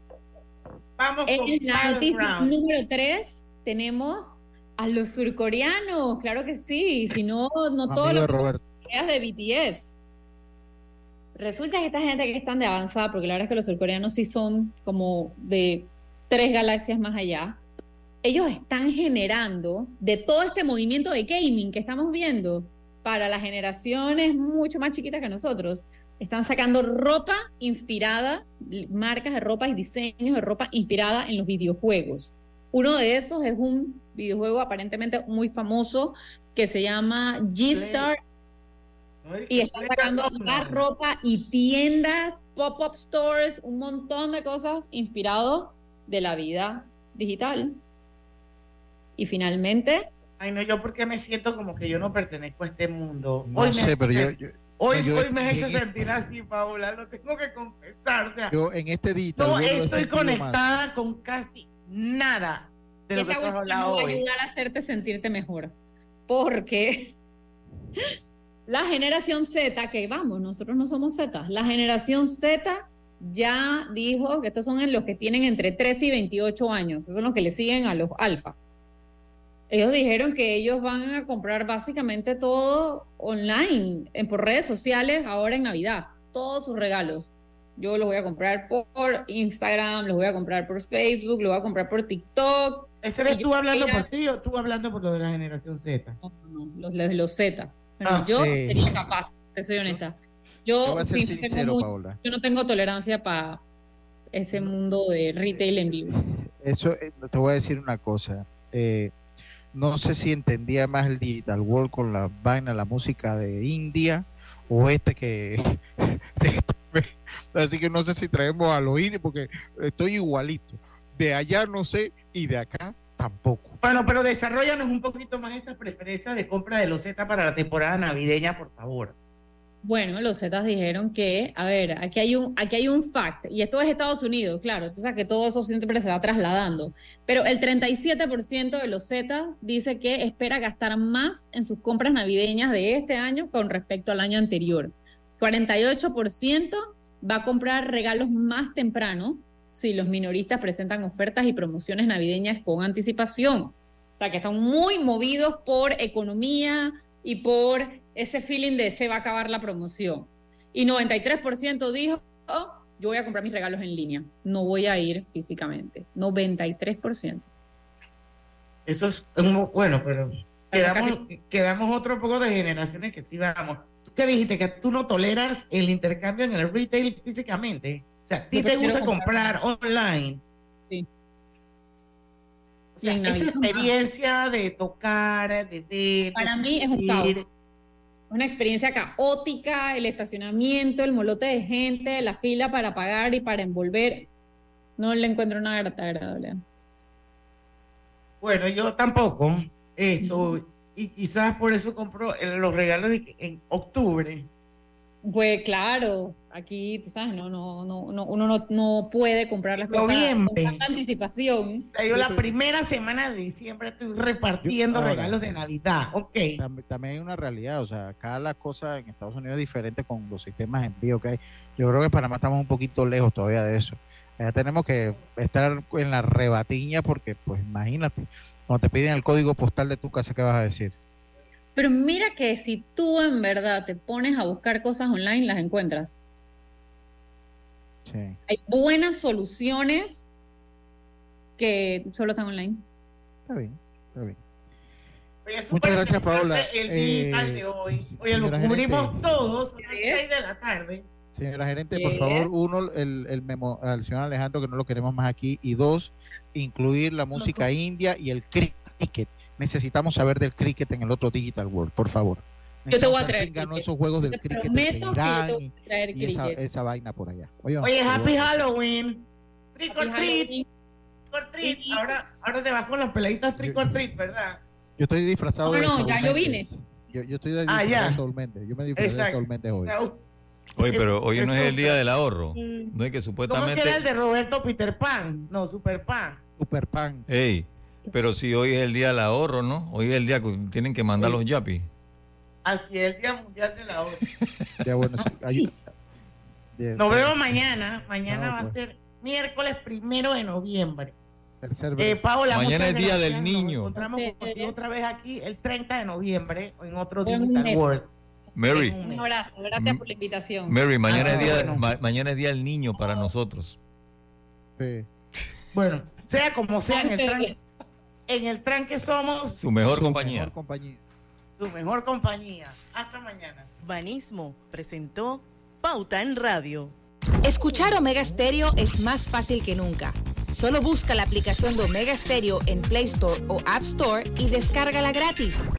Vamos con la noticia número 3 tenemos a los surcoreanos. Claro que sí. Si no todo lo que de BTS. Resulta que esta gente que están de avanzada, porque la verdad es que los surcoreanos sí son como de 3 galaxias más allá, ellos están generando de todo este movimiento de gaming que estamos viendo para las generaciones mucho más chiquitas que nosotros, están sacando ropa inspirada, marcas de ropa y diseños de ropa inspirada en los videojuegos. Uno de esos es un videojuego aparentemente muy famoso que se llama G-Star. Y están sacando la ropa y tiendas, pop-up stores, un montón de cosas inspirado de la vida digital. Y finalmente... Ay, no, yo porque me siento como que yo no pertenezco a este mundo. Hoy me he hecho sentir así, Paula, lo tengo que confesar. O sea, yo en este digital no estoy conectada con casi nada de lo que tú has hablado hoy. Voy a ayudar a hacerte sentirte mejor. Porque... la generación Z, que vamos, nosotros no somos Z, la generación Z ya dijo que estos son los que tienen entre 13 y 28 años, esos son los que le siguen a los alfa. Ellos dijeron que ellos van a comprar básicamente todo online, por redes sociales ahora en Navidad, todos sus regalos. Yo los voy a comprar por Instagram, los voy a comprar por Facebook, los voy a comprar por TikTok. ¿Ese eres tú hablando por ti o tú hablando por lo de la generación Z? No, los de los Z. Pero yo sería capaz, te soy honesta. Yo voy a ser sincero, Paola. Yo no tengo tolerancia para ese mundo de retail en vivo. Eso, te voy a decir una cosa. No sé si entendía más el Digital World con la vaina, la música de India, o que... Así que no sé si traemos a los indios, porque estoy igualito. De allá no sé, y de acá tampoco. Bueno, pero desarrollanos un poquito más esas preferencias de compra de los Z para la temporada navideña, por favor. Bueno, los Zetas dijeron que, a ver, aquí hay un fact, y esto es Estados Unidos, claro, tú sabes que todo eso siempre se va trasladando, pero el 37% de los Zetas dice que espera gastar más en sus compras navideñas de este año con respecto al año anterior. 48% va a comprar regalos más temprano si los minoristas presentan ofertas y promociones navideñas con anticipación. O sea, que están muy movidos por economía y por ese feeling de se va a acabar la promoción. Y 93% dijo, yo voy a comprar mis regalos en línea, no voy a ir físicamente. 93%. Eso es bueno, pero quedamos otro poco de generaciones que sí vamos. ¿Tú qué dijiste? Que tú no toleras el intercambio en el retail físicamente. O sea, ¿a ti te gusta comprar online? Sí. O sea, esa experiencia de tocar, de ver... Para mí es un caos. Una experiencia caótica, el estacionamiento, el molote de gente, la fila para pagar y para envolver. No le encuentro nada agradable. Bueno, yo tampoco. Y quizás por eso compro los regalos en octubre. Pues claro, aquí, tú sabes, uno no puede comprar las cosas con tanta anticipación. Yo la primera semana de diciembre estoy repartiendo regalos de Navidad. Okay. También hay una realidad, o sea, acá la cosa en Estados Unidos es diferente con los sistemas de envío que hay. Yo creo que en Panamá estamos un poquito lejos todavía de eso. Allá tenemos que estar en la rebatiña porque, pues imagínate, cuando te piden el código postal de tu casa, ¿qué vas a decir? Pero mira que si tú en verdad te pones a buscar cosas online, las encuentras. Sí. Hay buenas soluciones que solo están online. Está bien, está bien. Oye, muchas gracias, Paola. El digital de hoy. Oye, lo cubrimos todos a las 6 de la tarde. Señora gerente, por favor, uno, el memo al señor Alejandro, que no lo queremos más aquí, y dos, incluir la música india y el cricket. Necesitamos saber del cricket en el otro Digital World, por favor. Yo te voy a traer. Ganó esos juegos del cricket de Irán y esa vaina por allá. Oye, Happy Halloween. Trick or treat. Trick or treat. Ahora te vas con las peladitas trick or treat, ¿verdad? Yo estoy disfrazado de Saúl ya yo vine. Yo estoy disfrazado de Saúl Méndez. Yo me disfrazé de Saúl Méndez hoy. Oye, pero hoy no es el día del ahorro. No es que supuestamente... ¿Cómo que era el de Roberto Peter Pan? No, Super Pan. Super Pan. Ey, pero si hoy es el día del ahorro, ¿no? Hoy es el día que tienen que mandar los yapis. Así es, el Día Mundial del Ahorro. Ya bueno, sí. Nos vemos mañana. Mañana va a ser miércoles 1 de noviembre. Paola, mañana es Día del Niño. Nos encontramos contigo otra vez aquí el 30 de noviembre en otro Digital World. Mary. Un abrazo, gracias por la invitación. Mary, mañana es día del niño para nosotros. Sí. Bueno, sea como sea, en el tranque somos su mejor compañía. Su mejor compañía. Hasta mañana. Banismo presentó Pauta en Radio. Escuchar Omega Stereo es más fácil que nunca. Solo busca la aplicación de Omega Stereo en Play Store o App Store y descárgala gratis.